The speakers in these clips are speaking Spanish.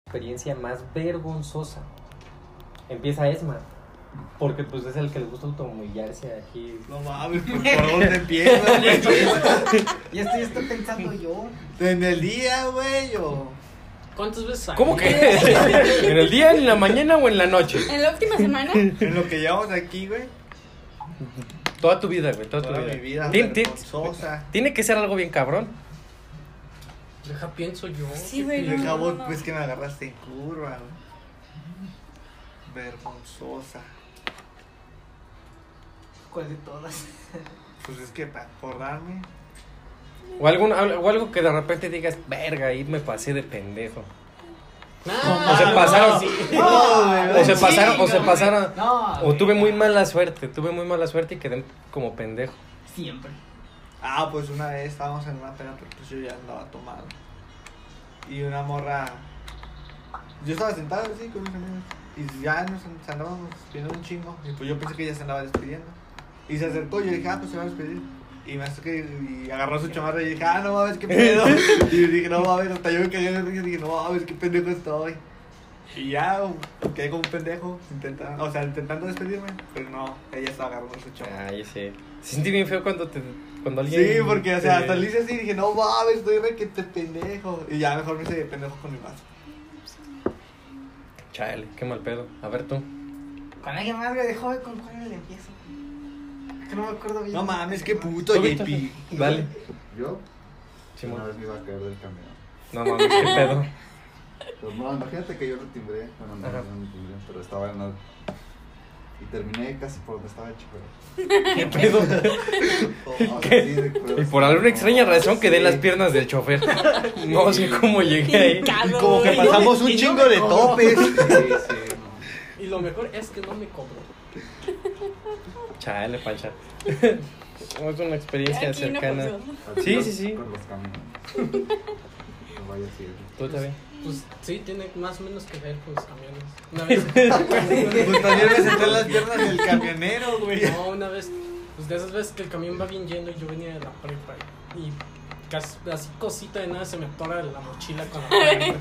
experiencia más vergonzosa. Empieza Esma, porque pues es el que le gusta automillarse aquí. No mames, por dónde empieza, güey. Ya estoy pensando yo. En el día, güey, o... ¿Cuántas veces? ¿Cómo que? ¿En el día, en la mañana o en la noche? En la última semana. En lo que llevamos aquí, güey. Toda tu vida, güey, toda tu Toda vida. mi vida vergonzosa. Tiene que ser algo bien cabrón. Deja, pienso yo. Sí, Y güey. de No, cabo, no. pues que me agarraste en curva, güey. Vergonzosa. ¿Cuál de todas? Pues es que para acordarme. O algo que de repente digas, verga, ahí me pasé de pendejo. No, O se pasaron. No, O se pasaron. No. O tuve muy mala suerte y quedé como pendejo. Siempre. Ah, pues una vez estábamos en una pena, pero pues yo ya andaba tomado. Y una morra. Yo estaba sentado así con mis amigos. Y ya nos andábamos despidiendo un chingo. Y pues yo pensé que ella se andaba despidiendo. Y se acercó, yo dije, pues se va a despedir. Y me acerqué y agarró su chamarra y dije, no mames, qué pedo. Y dije, no mames, hasta yo me cagué de risa y dije, no mames, qué pendejo estoy. Y ya quedé como un pendejo, intentando despedirme. Pero no, ella estaba agarrando su chamarra. Ay, sí. Se siente bien feo cuando alguien. Sí, porque, o sea, hasta le hice así y dije, no mames, estoy re que te pendejo. Y ya mejor me hice pendejo con mi vaso. Chale, qué mal pedo. A ver tú. Con alguien más, güey, de joven, ¿con cuál le empiezo? Es que no me acuerdo bien. No mames, qué puto, ¿Tú, Víctor? JP. Dale. ¿Yo? Simón. Una vez me iba a caer del camión. No mames, qué pedo. Pues no, imagínate que yo lo timbré. Bueno, no, Ajá. yo no timbré, pero estaba en una... Y terminé casi por donde estaba el chofer. ¿Qué pedo? Y por alguna extraña razón quedé en las piernas del chofer. No sé cómo llegué ahí. Y como que pasamos un chingo de topes. Sí, no. Y lo mejor es que no me cobró. Chale, pancha. Es una experiencia Aquí no cercana. pasó. Sí, sí, sí. Con los camiones. No vaya así. Tú también. Pues sí, tiene más o menos que ver con los camiones. Una vez. Pues también me senté en las piernas del camionero, güey. No, una vez. Pues de esas veces que el camión va bien lleno y yo venía de la prepa. Y casi así cosita de nada se me atora la mochila con la prepa.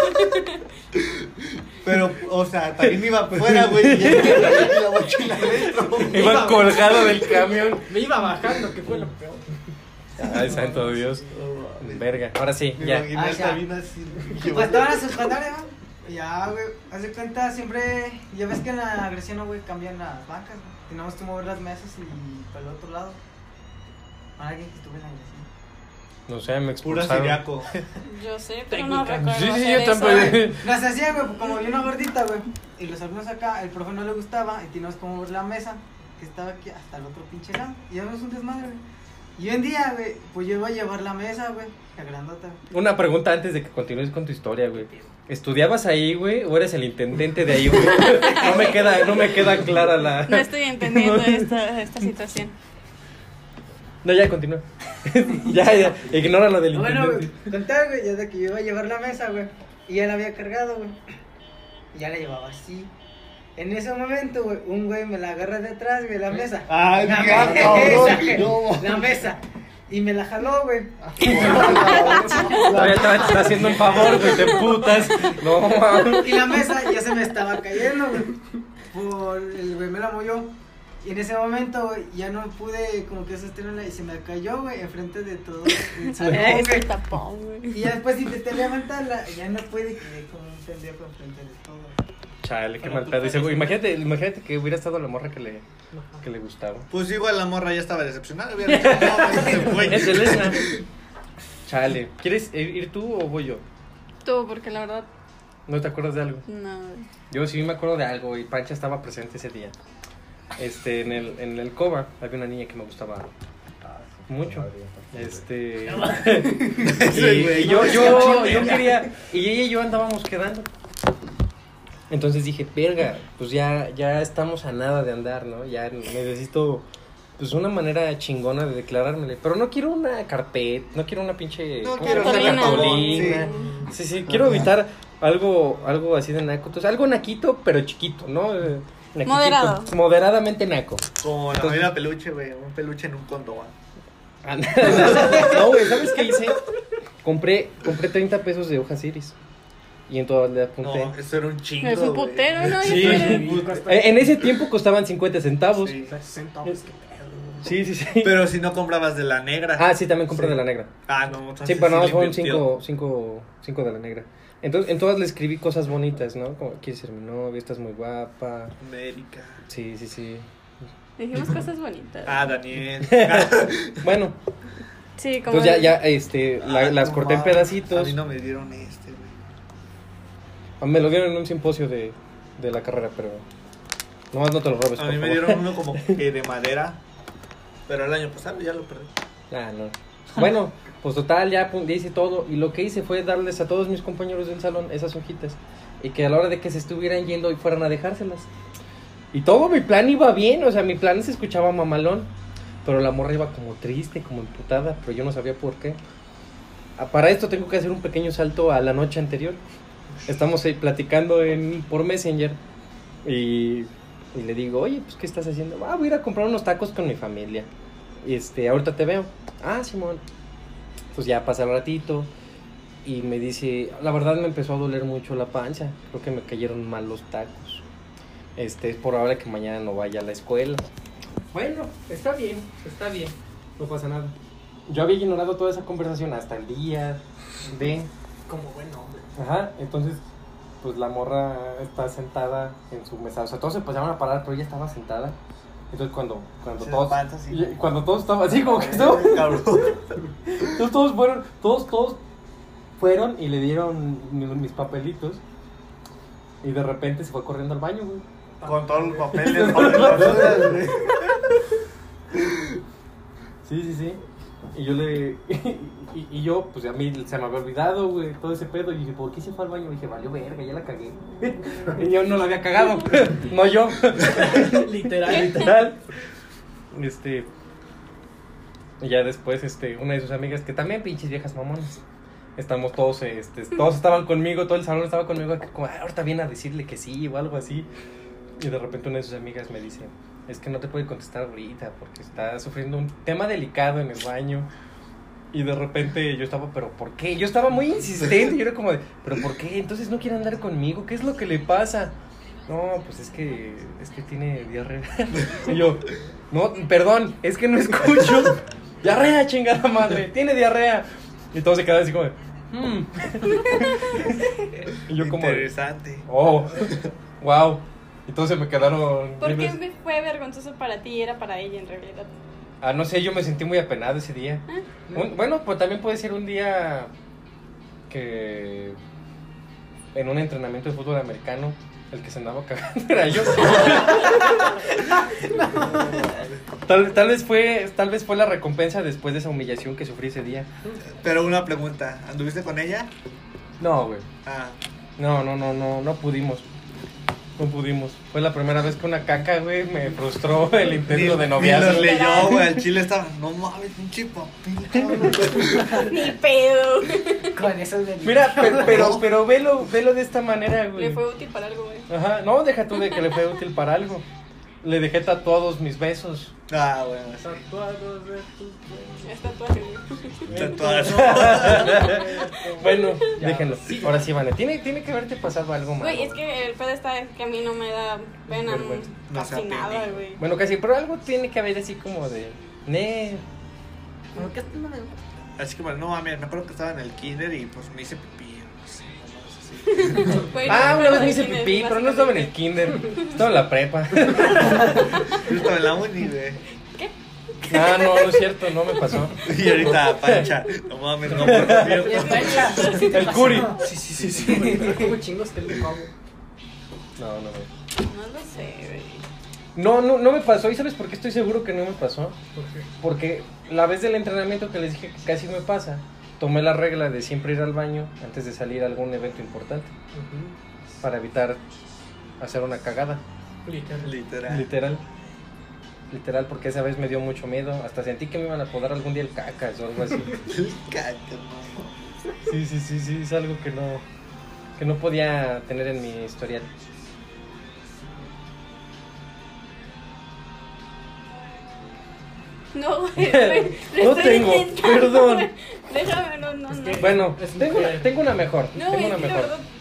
Pero, o sea, también iba afuera, güey. Y la mochila adentro. Iba colgado del camión. Me iba bajando, que fue lo peor. Ay, santo Dios. Verga. Ahora sí, Me ya. imaginé Ah, esta ya. vida así. Pues estaban en su secundaria, ¿no? Ya, güey, haz de cuenta, siempre, ya ves que en la Greciano, güey, cambian las bancas, güey. Tenemos que mover las mesas y para el otro lado. Para alguien que estuviera en la Greciano. No sé, me Pura expulsaron. siriaco. Yo sé, pero no Técnica. recuerdo. Sí, sí, hacer yo eso. también. Nos hacía, güey, como vi una gordita, güey. Y los alumnos acá, el profe no le gustaba y teníamos que mover la mesa, que estaba aquí hasta el otro pinche lado. Y éramos un desmadre, güey. Y un día, güey, pues yo iba a llevar la mesa, güey, la grandota. Una pregunta antes de que continúes con tu historia, güey. ¿Estudiabas ahí, güey? ¿O eres el intendente de ahí, güey? No me queda clara la... No estoy entendiendo esta situación. No, ya, continúa. ya, ignora lo del Bueno, güey, intendente. contar, güey, ya de que yo iba a llevar la mesa, güey. Y ya la había cargado, güey. Y ya la llevaba así. En ese momento, güey, un güey me la agarra de atrás, güey, la mesa. Ay, la mira, mesa, cabrón, güey, no. la mesa. Y me la jaló, güey. Todavía te está haciendo un favor, güey, te putas. No, mames. Y la mesa ya se me estaba cayendo, güey. Por el güey me la movió. Y en ese momento, güey, ya no pude como que sostenerla y se me cayó, güey, enfrente de todo el salón, Es güey. el tapón, güey. Y ya después intenté levantarla, ya no pude, quedé como un pendejo enfrente de todo. Chale, qué mal pedo. Dice, güey, imagínate que hubiera estado la morra que le gustaba. Pues igual la morra ya estaba decepcionada. Hubiera dicho, no, se fue. Es el Esna. Chale, ¿quieres ir tú o voy yo? Tú, porque la verdad, ¿No te acuerdas de algo? no. Yo sí me acuerdo de algo y Pancha estaba presente ese día. En el Coba había una niña que me gustaba mucho. Y yo quería, y ella y yo andábamos quedando. Entonces dije, verga, pues ya estamos a nada de andar, ¿no? Ya necesito, pues, una manera chingona de declarármele. Pero no quiero una carpeta, no quiero una pinche... No ¿cómo quiero se llama? ser Cartulina. Sí, quiero evitar algo así de naco. Entonces, algo naquito, pero chiquito, ¿no? Naquitito, Moderado. Moderadamente naco. Como la Marina Peluche, güey. Un peluche en un condón. No, güey, ¿sabes qué hice? Compré 30 pesos de hojas iris. y en todas le apunté. No, eso era un chingo. Es un güey. putero, ¿no? Sí. Yo creo. Y cuesta En ese tiempo costaban 50 centavos. Sí. 60, pues, qué pedo. Sí, sí, sí. Pero si no comprabas de la negra. Ah, sí, también compré Sí. de la negra. Ah, no, Sí, entonces pero nada más le fueron invirtió. cinco de la negra. Entonces, en todas le escribí cosas bonitas, ¿no? Como, quieres ser mi novia, estás muy guapa. América. Sí, sí, sí. Dijimos cosas bonitas. Ah, Daniel. Bueno, Sí, como. entonces las No corté en mames, pedacitos. A mí no me dieron güey. Me lo dieron en un simposio de la carrera, pero nomás no te lo robes, A por mí me favor. dieron uno como que de madera. Pero el año pasado ya lo perdí. Ah, no. Bueno, pues total, ya hice todo. Y lo que hice fue darles a todos mis compañeros del salón esas hojitas. Y que a la hora de que se estuvieran yendo y fueran a dejárselas. Y todo mi plan iba bien, o sea, mi plan se escuchaba mamalón. Pero la morra iba como triste, como emputada, pero yo no sabía por qué. Para esto tengo que hacer un pequeño salto a la noche anterior. Estamos ahí platicando por Messenger. Y le digo, oye, pues, ¿qué estás haciendo? Voy a ir a comprar unos tacos con mi familia. Ahorita te veo. Ah, Simón. Pues ya pasa el ratito. Y me dice, la verdad me empezó a doler mucho la panza. Creo que me cayeron mal los tacos. Es probable que mañana no vaya a la escuela. Bueno, está bien. No pasa nada. Yo había ignorado toda esa conversación hasta el día de... Como buen hombre. Ajá, entonces, pues la morra está sentada en su mesa. O sea, todos se empezaron a parar, pero ella estaba sentada. Entonces, cuando Se todos... levanta así. Cuando todos estaban así, como que estaban... Cabrón. Entonces todos fueron y le dieron mis papelitos. Y de repente se fue corriendo al baño, güey. Con todos los papeles. con las basuras, güey. Sí. Y yo y yo, pues a mí se me había olvidado, güey, todo ese pedo. Y dije, ¿por qué se fue al baño? Y dije, valió verga, ya la cagué. Y yo no la había cagado, no yo. Literal. Y ya después, una de sus amigas, que también pinches viejas mamonas. Estamos todos, todos estaban conmigo, todo el salón estaba conmigo, como, ahorita viene a decirle que sí o algo así. Y de repente una de sus amigas me dice, es que no te puede contestar ahorita porque está sufriendo un tema delicado en el baño. Y de repente yo estaba, ¿pero por qué? Yo estaba muy insistente, yo era como de, ¿pero por qué? Entonces no quiere andar conmigo, ¿qué es lo que le pasa? No, pues es que tiene diarrea. Y yo, no, perdón, es que no escucho. Diarrea, chingada madre, tiene diarrea. Y todos se quedaban así como de, Y yo como de, Interesante. oh, wow. Y todos se me quedaron. ¿Por qué viendo. me fue vergonzoso para ti y era para ella en realidad? Ah, no sé, yo me sentí muy apenado ese día. Bueno, pues también puede ser un día que en un entrenamiento de fútbol americano el que se andaba cagando era yo. Tal vez fue la recompensa después de esa humillación que sufrí ese día. Pero una pregunta, ¿anduviste con ella? No, güey. Ah, No pudimos. No pudimos. Fue la primera vez que una caca, güey, me frustró el intento de Ni noviazgo. los leyó, güey, el chile estaba, no mames, pinche papel, cabrón. Ni pedo. Con esos de Mira, pero velo de esta manera, güey. Le fue útil para algo, güey. Ajá, no, deja tú de que le fue útil para algo. Le dejé tatuados mis besos. Ah, bueno, sí. Tatuados de tus Es tatuaje, güey. Tatuaje. Bueno, Ya. déjenlo. Ahora sí, Vane, tiene que haberte pasado algo malo. Güey, es que el pedo está que a mí no me da pena, Vergüenza. No casi sea nada, pene. güey. Bueno, casi, pero algo tiene que haber así como de... ¿Por qué no me Así que bueno, no mames, me acuerdo que estaba en el kinder y pues me hice pipí, no sé, no sé. Güey, Ah, no, una vez pero me hice sí, pipí, pero no estaba en el kinder. Estaba en la prepa. Yo estaba en la uni, güey. Ah, no es cierto, no me pasó. Y ahorita Pancha, no mames, no por tiempo. El curi. Sí. Pero como chingos que le como. No, güey. No lo sé, güey. No me pasó. ¿Y sabes por qué estoy seguro que no me pasó? ¿Por qué? Porque la vez del entrenamiento que les dije que casi me pasa, tomé la regla de siempre ir al baño antes de salir a algún evento importante para evitar hacer una cagada. Literal. Literal, porque esa vez me dio mucho miedo. Hasta sentí que me iban a podar algún día el cacas o algo así. Caca, no. Sí, es algo que no podía tener en mi historial. No, güey. No tengo, perdón. Déjame, no. Bueno, Es tengo mujer. una mejor. No, tengo güey, una es que la mejor. verdad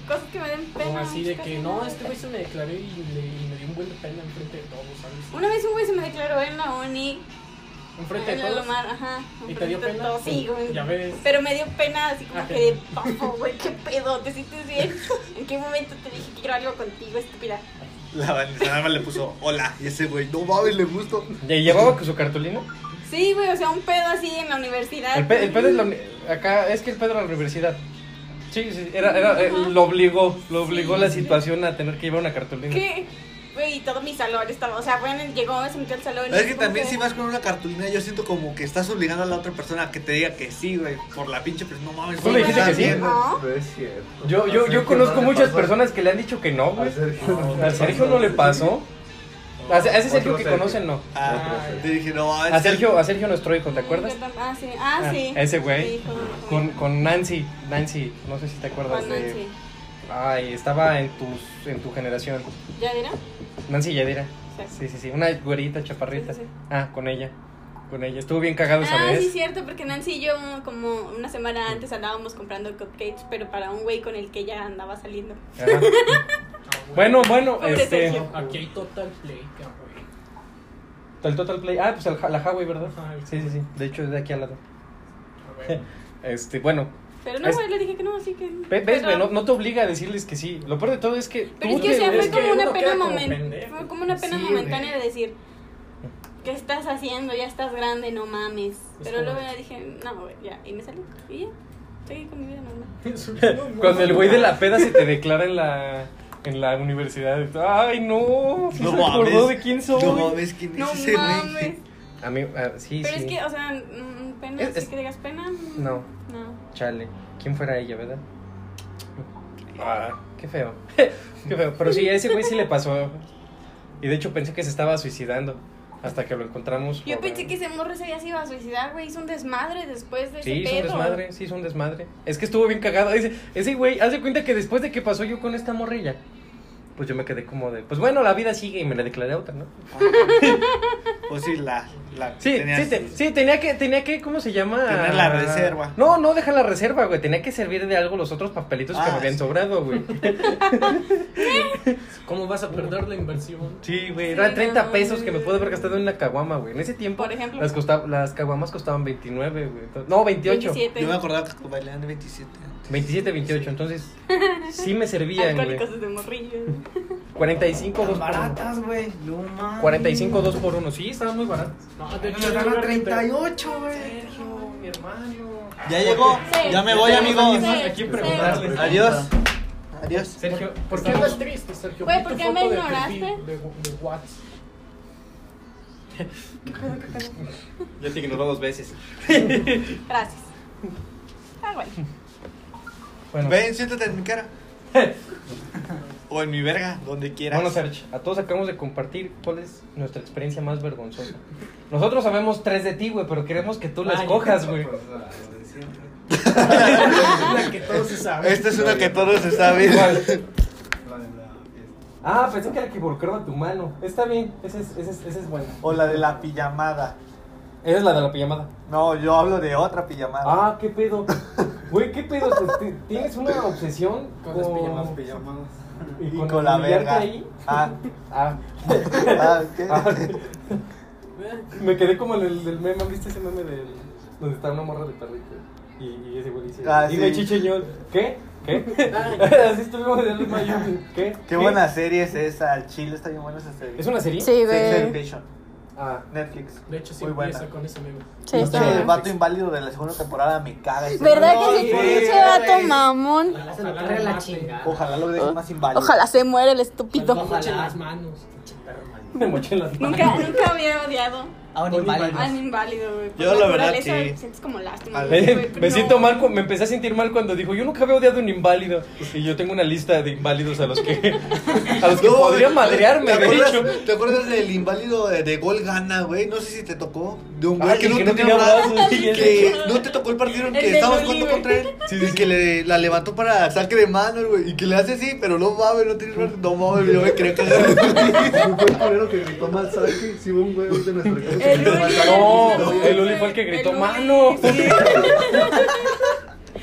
cosas que me den pena. Como así de casi que, nada. no, este güey se me declaró y me dio un buen de pena enfrente de todos, ¿sabes? Una vez un güey se me declaró en la uni. Enfrente En de la todos. Lomar, ajá. ¿Y te dio enfrente de pena? todos, sí, güey. Ya ves. Pero me dio pena así como Ah, que ok. de papo, güey, qué pedo, ¿te sientes bien? ¿En qué momento te dije que quiero algo contigo, estúpida? La Vanessa nada más le puso hola. Y ese güey, no mames, le gustó. ¿Y llevaba su cartulina? Sí, güey, o sea, un pedo así en la universidad. El pedo es acá, es que el pedo era la universidad. Sí, lo obligó Sí, la sí. situación a tener que llevar una cartulina. ¿Qué? Güey, todo mi salón estaba, o sea, bueno, llegó, se metió al salón. y Es que como también si vas con una cartulina, yo siento como que estás obligando a la otra persona a que te diga que sí, güey. Por la pinche, pues no mames. ¿Tú le dijiste estás que sí? viendo. No. No es cierto. Yo conozco muchas personas que le han dicho que no, güey. A Sergio. A Sergio no le pasó. A ese Sergio Otro que Sergio. conocen, no. Te dije, no mames. A Sergio nuestro hijo, ¿te acuerdas? Ah, sí, sí. Ese güey. Sí, Con Nancy, no sé si te acuerdas Con de... Nancy. Ay, estaba en tu generación. ¿Ya dirá? Nancy Yadira. Sí. Sí, una güerita chaparrita. Sí. Ah, con ella. Estuvo bien cagado esa Ah, vez. sí, cierto, porque Nancy y yo como una semana antes andábamos comprando cupcakes, pero para un güey con el que ella andaba saliendo. Ajá. Bueno, Pobre Sergio. Aquí hay Total Play, cabrón. el Total Play. Ah, pues la Huawei, ¿verdad? Ajá. Sí. De hecho, es de aquí al lado. A ver. Bueno. Pero no, güey, le dije que no, así que... ¿Ves, pero- güey? No te obliga a decirles que sí. Lo peor de todo es que... Pero tú es que, o sea, te- fue es como que una uno pena queda como momentánea. pendejo. Fue como una pena Sí, momentánea güey. de decir, ¿qué estás haciendo? Ya estás grande, no mames. Pero como- luego ya dije, no, güey, ya. Y me salí. Y ya. Seguí con mi vida normal. Cuando el güey de la peda se te declara en la universidad. Ay, no. Sí No se acordó mames. de quién soy. No mames, ¿quién No es ese güey? mames. A mí, sí, Pero sí. es que, o sea, pena, Es- así que digas pena. No. No. Chale. ¿Quién fuera ella, verdad? Qué feo. Qué feo. Pero sí, a ese güey sí le pasó. Y de hecho pensé que se estaba suicidando. Hasta que lo encontramos. Yo por- pensé que ese morro ya se iba a suicidar, güey. Hizo un desmadre después de Sí, ese hizo pedo. un desmadre. Es que estuvo bien cagado. Ese güey, haz de cuenta que después de que pasó yo con esta morrilla, pues yo me quedé como de, pues bueno, la vida sigue y me la declaré a otra, ¿no? Pues sí, la Sí, tenía que, ¿cómo se llama? Tener la reserva. No, deja la reserva, güey. Tenía que servir de algo los otros papelitos que Ah, me habían sí. sobrado, güey. ¿Cómo vas a perder la inversión? Sí, güey, Sí, eran 30 no, pesos que me güey. pude haber gastado en una caguama, güey. En ese tiempo, Por ejemplo. las caguamas costaban 29, güey. No, 28. 27. Yo me acordaba que bailaban de 27. 27, 28. Entonces, sí me servían, güey. Alcohólicos desde morrillo. 45, 2 Son por baratas, güey. No mames. 45, 2 por 1. Sí, estaban muy baratas. No, Me de hecho, dan a 38, güey. Sergio, mi hermano. Ya llegó. Sí. Ya me voy, Sí, amigos. sí, ¿A quién sí. preguntarles? Adiós. Adiós. Sergio, ¿Por qué andas triste, Sergio? Güey, Vi ¿por tu qué foto me de ignoraste? perfil de WhatsApp. Ya te ignoró 2 veces. Gracias. Ah, bueno. Bueno, Ven, siéntate en mi cara. O en mi verga, donde quieras. bueno, Sergio, a todos acabamos de compartir cuál es nuestra experiencia más vergonzosa. Nosotros sabemos 3 de ti, güey, pero queremos que tú la Ay, escojas, güey. Pues, lo de siempre. La que todos se saben. Esta es una que todos se saben. ¿Cuál? La de la fiesta. Ah, pensé que era que involucraba tu mano. Está bien, esa es buena. O la de la pijamada. Esa es la de la pijamada. No, yo hablo de otra pijamada. Ah, qué pedo. Güey, qué pedo. ¿Tienes una obsesión Con las pijamadas. Pijamadas. Y con la humillarte verga. ahí? Ah, Ah. ¿qué? Ah. Me quedé como en el del meme, ¿viste ese meme del donde está una morra de perrito? Y ese güey dice, Ah, dime sí. chicheñol, ¿qué? Así estuvimos en el mayo. Qué buena serie es esa. Al chile está bien buena esa serie. ¿Es una serie? Sí, Sex güey. Education. Ah, Netflix. De hecho, sí Muy buena. empieza con ese meme. Sí, está El bien. vato inválido de la segunda temporada me caga. ese ¿Verdad güey. que sí? Sí, Ese vato güey. mamón. Se lo carga la chingada. Ojalá lo dejen más inválido. Ojalá se muera el estúpido. Ojalá. Moche las manos. me moché en las manos. Nunca había odiado A un inválido. a un inválido, güey. Por Yo, la verdad, naturaleza, sí. sientes como lástima. A güey, ver, güey, Me no. siento mal, me empecé a sentir mal cuando dijo, yo nunca había odiado a un inválido. Y yo tengo una lista de inválidos a los que No, podría madrearme, ¿te de acuerdas- hecho. ¿Te acuerdas del inválido de Gol Gana, güey? No sé si te tocó. De un güey Ay, que no que no tenía tenía brazos. brazos, sí, Que no te tocó el partido en El que del estábamos Oli, jugando güey. contra él. Y que la levantó para saque de manos, güey. Y que le hace así, pero no mames, no tienes brazos. No mames, yo me quería cagar. Fue el culero que gritó mal saque. Sí, hubo un güey de nuestro equipo que El gritó mal Uli. saque. No, el Uli fue el que gritó, Uli, mano. sí.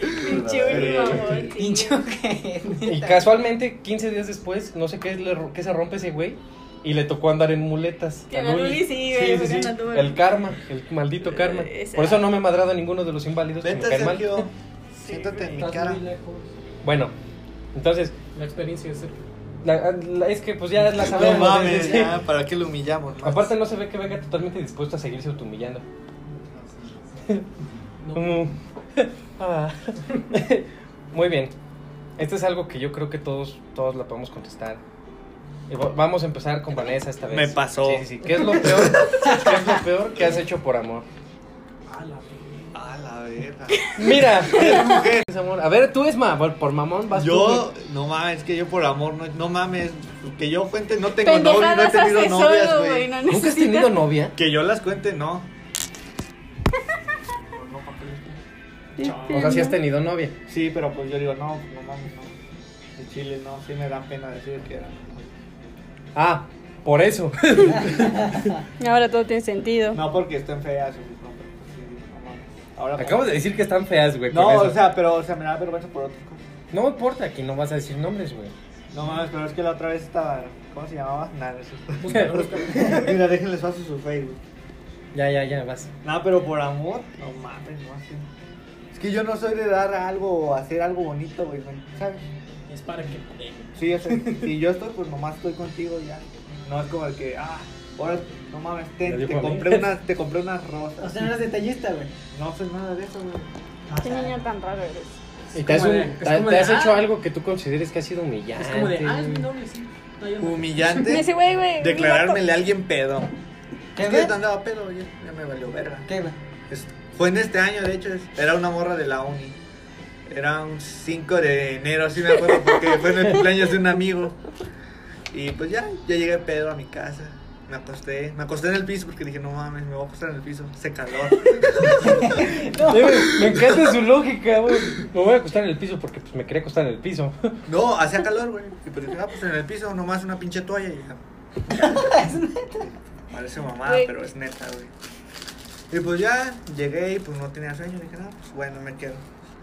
Pinche güey, mamón, sí. Pinche ojete. Y casualmente, 15 días después, no sé qué se rompe ese güey. Y le tocó andar en muletas. Que a la Luli sí, güey, porque anda todo- El karma, el maldito karma. Esa. Por eso no me he madrado a ninguno de los inválidos. Que me Vente, caen mal. Sergio. Sí, Siéntate en mi Estás cara. muy lejos. Bueno, entonces, La experiencia de ser. es que pues ya la No sabemos. mames, sí. ya, ¿para qué lo humillamos? más? Aparte no se ve que venga totalmente dispuesto a seguirse automillando. No. Como- Ah. Muy bien. Esto es algo que yo creo que todos la podemos contestar. Y vamos a empezar con Vanessa esta vez. Me pasó. Sí. ¿Qué es lo peor? ¿Qué es lo peor que has hecho por amor? Ah, la A la verga. Mira, es amor. A ver, tú Esma, por mamón vas tú, Yo, no mames, es que yo por amor, no mames, que yo cuente, no tengo novio, no he Pendejadas tenido hace novias, solo, güey. güey. No güey. ¿Nunca has necesitas- tenido novia? Que yo las cuente, no. O sea, sí has tenido novia. Sí, pero pues yo digo, no mames, no. En Chile no, sí me da pena decir que era. Ah, por eso. Ahora todo tiene sentido. No porque estén feas, o no, pero pues sí, no mames. Ahora Acabas de decir que están feas, güey. por No, eso. o sea, pero me da vergüenza por otras cosas. No me importa, aquí no vas a decir nombres, güey. No mames, pero es que la otra vez estaba, ¿cómo se llamaba? Nada, eso. Búscalo, búscalo. Mira, déjenles paso su Facebook. Ya, vas. No, pero por amor, no mames, no así. Es que yo no soy de dar algo o hacer algo bonito, güey, ¿sabes? Es para que. Sí, o sea, si yo estoy, pues nomás estoy contigo ya. No es como el que, ahora, no mames, Me dijo a mí. te compré unas rosas. O sea, no eres detallista, güey. No soy nada de eso, güey. Qué niño tan raro eres. ¿Y te has, como de- un- es te- como te de, has hecho ah. algo que tú consideres que ha sido humillante? Es como de, es mi novio, sí. No, yo no. Humillante. Ese güey. Declarármele a alguien pedo. ¿Qué, Es que güey? yo andaba pedo, ya me valió verga. ¿Qué, güey? Fue en este año, de hecho, era una morra de la uni. Era un 5 de enero, sí me acuerdo, porque fue en el cumpleaños de un amigo. Y pues ya llegué pedo a mi casa. Me acosté en el piso porque dije, no mames, me voy a acostar en el piso, hace calor. Me encanta su lógica, güey. Me voy a acostar en el piso porque pues, me quería acostar en el piso. No, hacía calor, güey. Y pues dije, pues en el piso nomás una pinche toalla y ya. Parece mamada, Güey. pero es neta, güey. Y pues ya llegué y pues no tenía sueño. Dije, no, pues bueno, me quedo.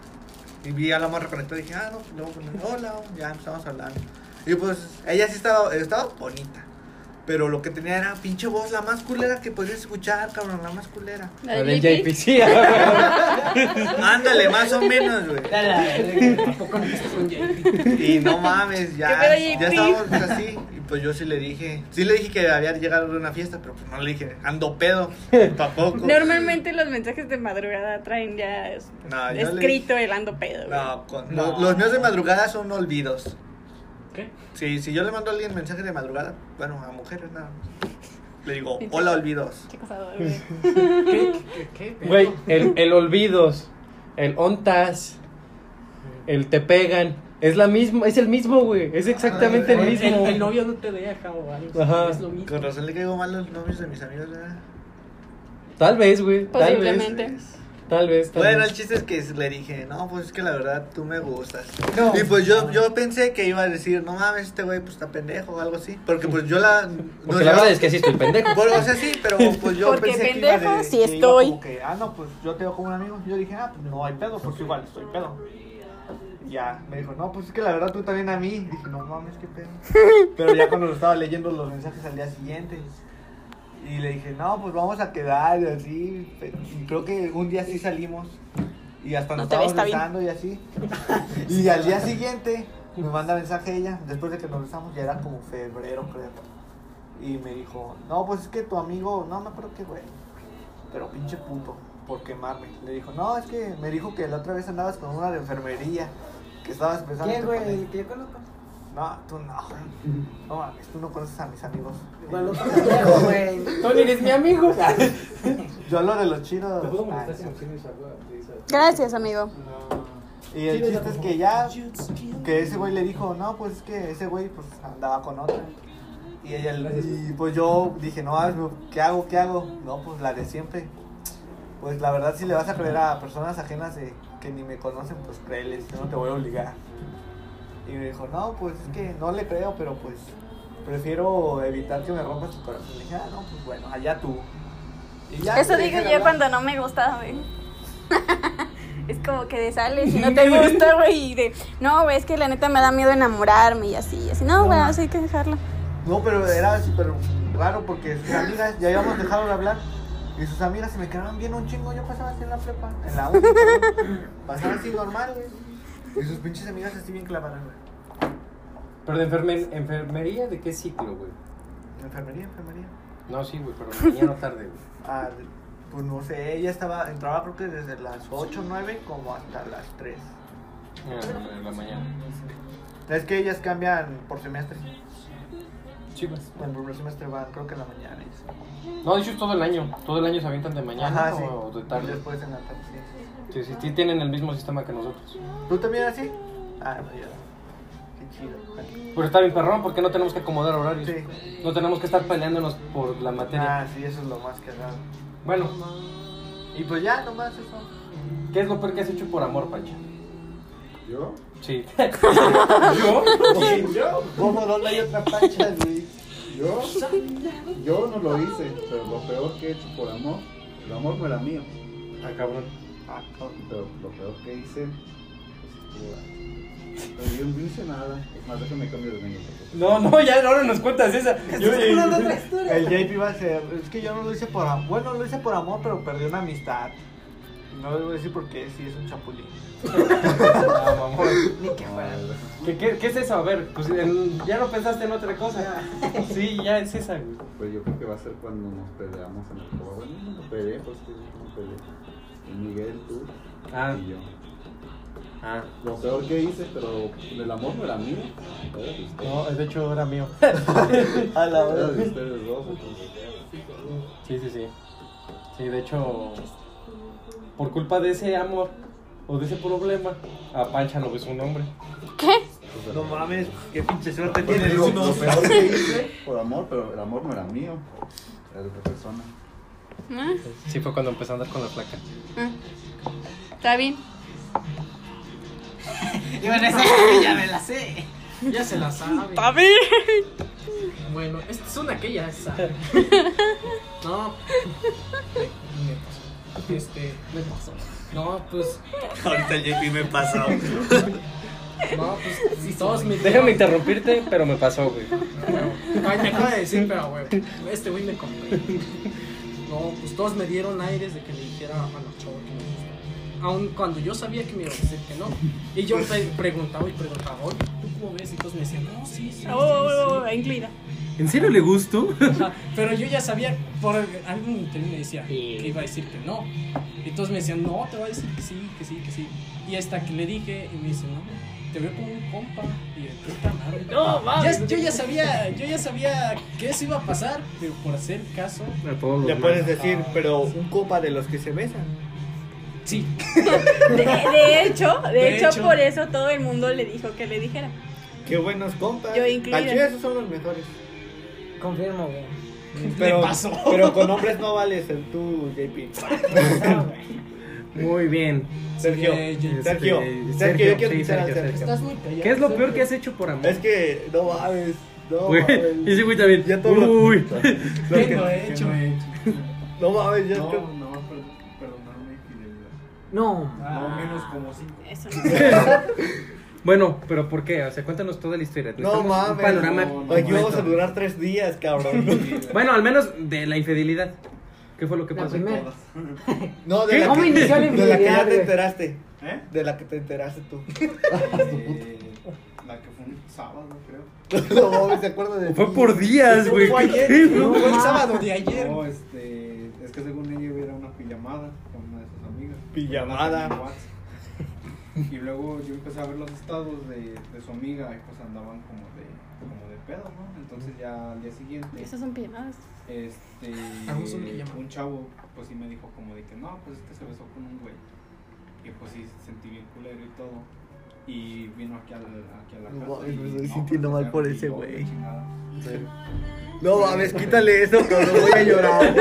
Y vi a la morra conectada y dije, no, pues luego poner, hola, ya empezamos hablando. Y pues ella sí estaba bonita. Pero lo que tenía era pinche voz, la más culera que podías escuchar, cabrón, la más culera. La La de del JP. JP, sí, güey. Ándale, más o menos, güey. ¿A poco no estás con JP? Y no mames, ya ¿Qué pedo, JP? estábamos pues, así. Y pues yo sí le dije que había llegado de una fiesta, pero pues no le dije, ando pedo, tampoco. Normalmente los mensajes de madrugada traen ya No, yo escrito el ando pedo, güey. No, No. Los míos de madrugada son olvidos. ¿Qué? Sí, si yo le mando a alguien mensaje de madrugada, bueno, a mujeres nada más, le digo, hola olvidos. Qué cosador, güey. ¿Qué? Güey, el olvidos, el ontas, el te pegan. Es el mismo, güey. Es exactamente el mismo. El novio no te deja o algo. Ajá. Es lo mismo. Con razón le caigo mal a los novios de mis amigos, ¿verdad? Tal vez, güey. Tal vez. Posiblemente. Tal vez. Bueno, el chiste es que le dije, no, pues es que la verdad tú me gustas. No. Y pues yo pensé que iba a decir, no mames, este güey pues está pendejo o algo así. Porque pues yo Porque la verdad es que sí estoy pendejo. O sea, sí, pero pues yo Porque pensé que iba pendejo, de, sí que iba estoy. como que, no, pues yo te veo como un amigo. Yo dije, pues no hay pedo, pues igual estoy pedo. Y ya, me dijo, no, pues es que la verdad tú también a mí. Y dije, no mames, qué pedo. Pero ya cuando lo estaba leyendo los mensajes al día siguiente. Y le dije, no, pues vamos a quedar y así. Y creo que un día sí salimos. Y hasta nos No te ves, estábamos está bien. besando y así. Y al día siguiente me manda mensaje ella. Después de que nos besamos, ya era como febrero, creo. Y me dijo, no, pues es que tu amigo, no me acuerdo qué güey. Pero pinche puto, por quemarme. Le dijo, no, es que me dijo que la otra vez andabas con una de enfermería. Que estabas besando. ¿Quién, güey? ¿Que yo conozco? No, tú no. No mames, tú no conoces a mis amigos. Igual lo conozco, güey. Tony, eres mi amigo. Yo hablo de los chidos. Ah, Gracias, amigo. y el chiste es que ya, que ese güey le dijo, no, pues es que ese güey pues andaba con otra. Y ella, y pues yo dije, no, ¿qué hago? No, pues la de siempre. Pues la verdad si le vas a creer a personas ajenas que ni me conocen, pues créeles, yo no te voy a obligar. Y me dijo, no, pues es que no le creo, pero pues prefiero evitar que me rompas tu corazón. Le dije, no, pues bueno, allá tú. Y ya Eso le digo dejé de yo hablar. cuando no me gusta, güey. Es como que de sales y no te gusta, güey, y de, no, güey, es que la neta me da miedo enamorarme y así. No, güey, así hay que dejarlo. No, pero era súper raro porque sus amigas ya habíamos dejado de hablar. Y sus amigas se me quedaban bien un chingo. Yo pasaba así en la prepa, en la uni, pasaba así normal, güey. Y sus pinches amigas así bien clavadas, güey. Pero de enfermería, ¿de qué ciclo, güey? Enfermería. No, sí, güey, pero mañana o tarde, güey. Ah, pues no sé, ella entraba creo que desde las 8 o 9 como hasta las 3. En la mañana. Es que ellas cambian por semestre. Sí, pues. En el primer semestre van creo que en la mañana. Y sí. No, de hecho es todo el año. Todo el año se avientan de mañana. Ajá, sí. O de Y tarde. después en la tarde, sí. Sí, tienen el mismo sistema que nosotros. ¿Tú también así? Ah, no, ya. Qué chido. Pero está bien perrón porque no tenemos que acomodar horarios. Sí. No tenemos que estar peleándonos por la materia. Ah, sí, eso es lo más que raro. Bueno, Y pues ya, nomás eso. ¿qué es lo peor que has hecho por amor, Pancha? ¿Yo? Sí. ¿Yo? ¿Yo? ¿Cómo? ¿Dónde hay otra pancha, güey? Yo no lo hice, pero lo peor que he hecho por amor, el amor no era mío, Ah, cabrón. Ah, pero lo peor que hice, pues estuvo. Pero yo no hice nada, es más, déjame cambio de medio. No, ya ahora nos cuentas esa. el JP va a ser. Es que yo no lo hice por amor. Bueno, lo hice por amor, pero perdí una amistad. No les voy a decir por qué, sí es un chapulín. Ah, mamón. Ni que fuera. ¿Qué es eso? A ver, pues ya no pensaste en otra cosa. Sí, ya es esa, güey. Pues yo creo que va a ser cuando nos peleamos en el juego. Bueno, no me peleé, pues que no me peleé. El Miguel, tú y yo. Ah. Lo peor que hice, pero el amor no era mío, era de ustedes. No, de hecho era mío. A la Era hora. de ustedes dos, entonces. Sí. Sí, de hecho, por culpa de ese amor o de ese problema, a Pancha no ves un nombre. No mames, qué pinche suerte Pues tienes. digo, lo peor que hice por amor, pero el amor no era mío, era de otra persona. Sí, fue cuando empecé a andar con la flaca. Está bien. Y bueno, esa ya me la sé. Ya se la sabe. Está bien. Bueno, esta es una que ya sabe. No. Me pasó. No, pues. Ahorita el JP me pasó. No, pues. Si todos me. Déjame interrumpirte, pero me pasó, güey. Ay, me acaba de decir, pero güey. Este güey me compré. No, pues todos me dieron aires de que le dijera a la chava que me gusta. Aun cuando yo sabía que me iba a decir que no. Y yo preguntaba, oye, ¿tú cómo ves? Y todos me decían, no, sí. Incluida. ¿En serio le gustó? Ajá, pero yo ya sabía, por algo en internet me decía que iba a decir que no. Y todos me decían, no, te va a decir que sí. Y hasta que le dije, y me dice, no, te veo como un compa. Y yo, puta madre. No, mames. Yo ya sabía que eso iba a pasar, pero por hacer caso, Le puedes decir, pero un copa de los que se besan. sí. De hecho, hecho. por eso todo el mundo le dijo que le dijera. Qué buenos compas. Yo incluida. Al chile esos son los mejores. Confirmo, güey. Pero, pasó. pero con hombres no vales el tú, JP. Muy bien. Sergio, Sí, Sergio, sí, Sergio, yo quiero sí, escuchar a Sergio, Sergio. Estás muy callado. ¿Qué es lo peor que has hecho por amor? Es que no mames, no Güey, mames. y ese güey también. Ya todo lo- Uy. ¿Qué no he hecho? No mames, ya No, estoy. no, perdonarme infidelidad. No. No menos como 5. Eso no. Bueno, pero ¿por qué? O sea, cuéntanos toda la historia. No Necesitamos mames. un panorama. No, Aquí vamos a completo. durar 3 días, cabrón. Bueno, al menos de la infidelidad. ¿Qué fue lo que La pasó? primera. No, ¿Qué? de la ¿Cómo que, inició la de la que ya infidelidad, te güey? enteraste. ¿Eh? De la que te enteraste tú. La que fue un sábado, creo. No mames, ¿se acuerdan de Fue ti? por días, güey. Fue ayer, ¿Qué? no, fue el sábado de ayer. No, es que según ella era una pijamada con una de sus amigas. Pijamada. En WhatsApp. Y luego yo empecé a ver los estados de su amiga y pues andaban como de pedo, ¿no? Entonces ya al día siguiente, Esas son pijamadas. Hagamos una pijamada. un chavo pues sí me dijo como de que no, pues es que se besó con un güey. Y pues sí sentí bien culero y todo. Y vino aquí a la No casa. mames, y- me estoy no, sintiendo pues, mal por y ese yo, güey. chingada. No mames, quítale eso, cabrón, voy a llorar.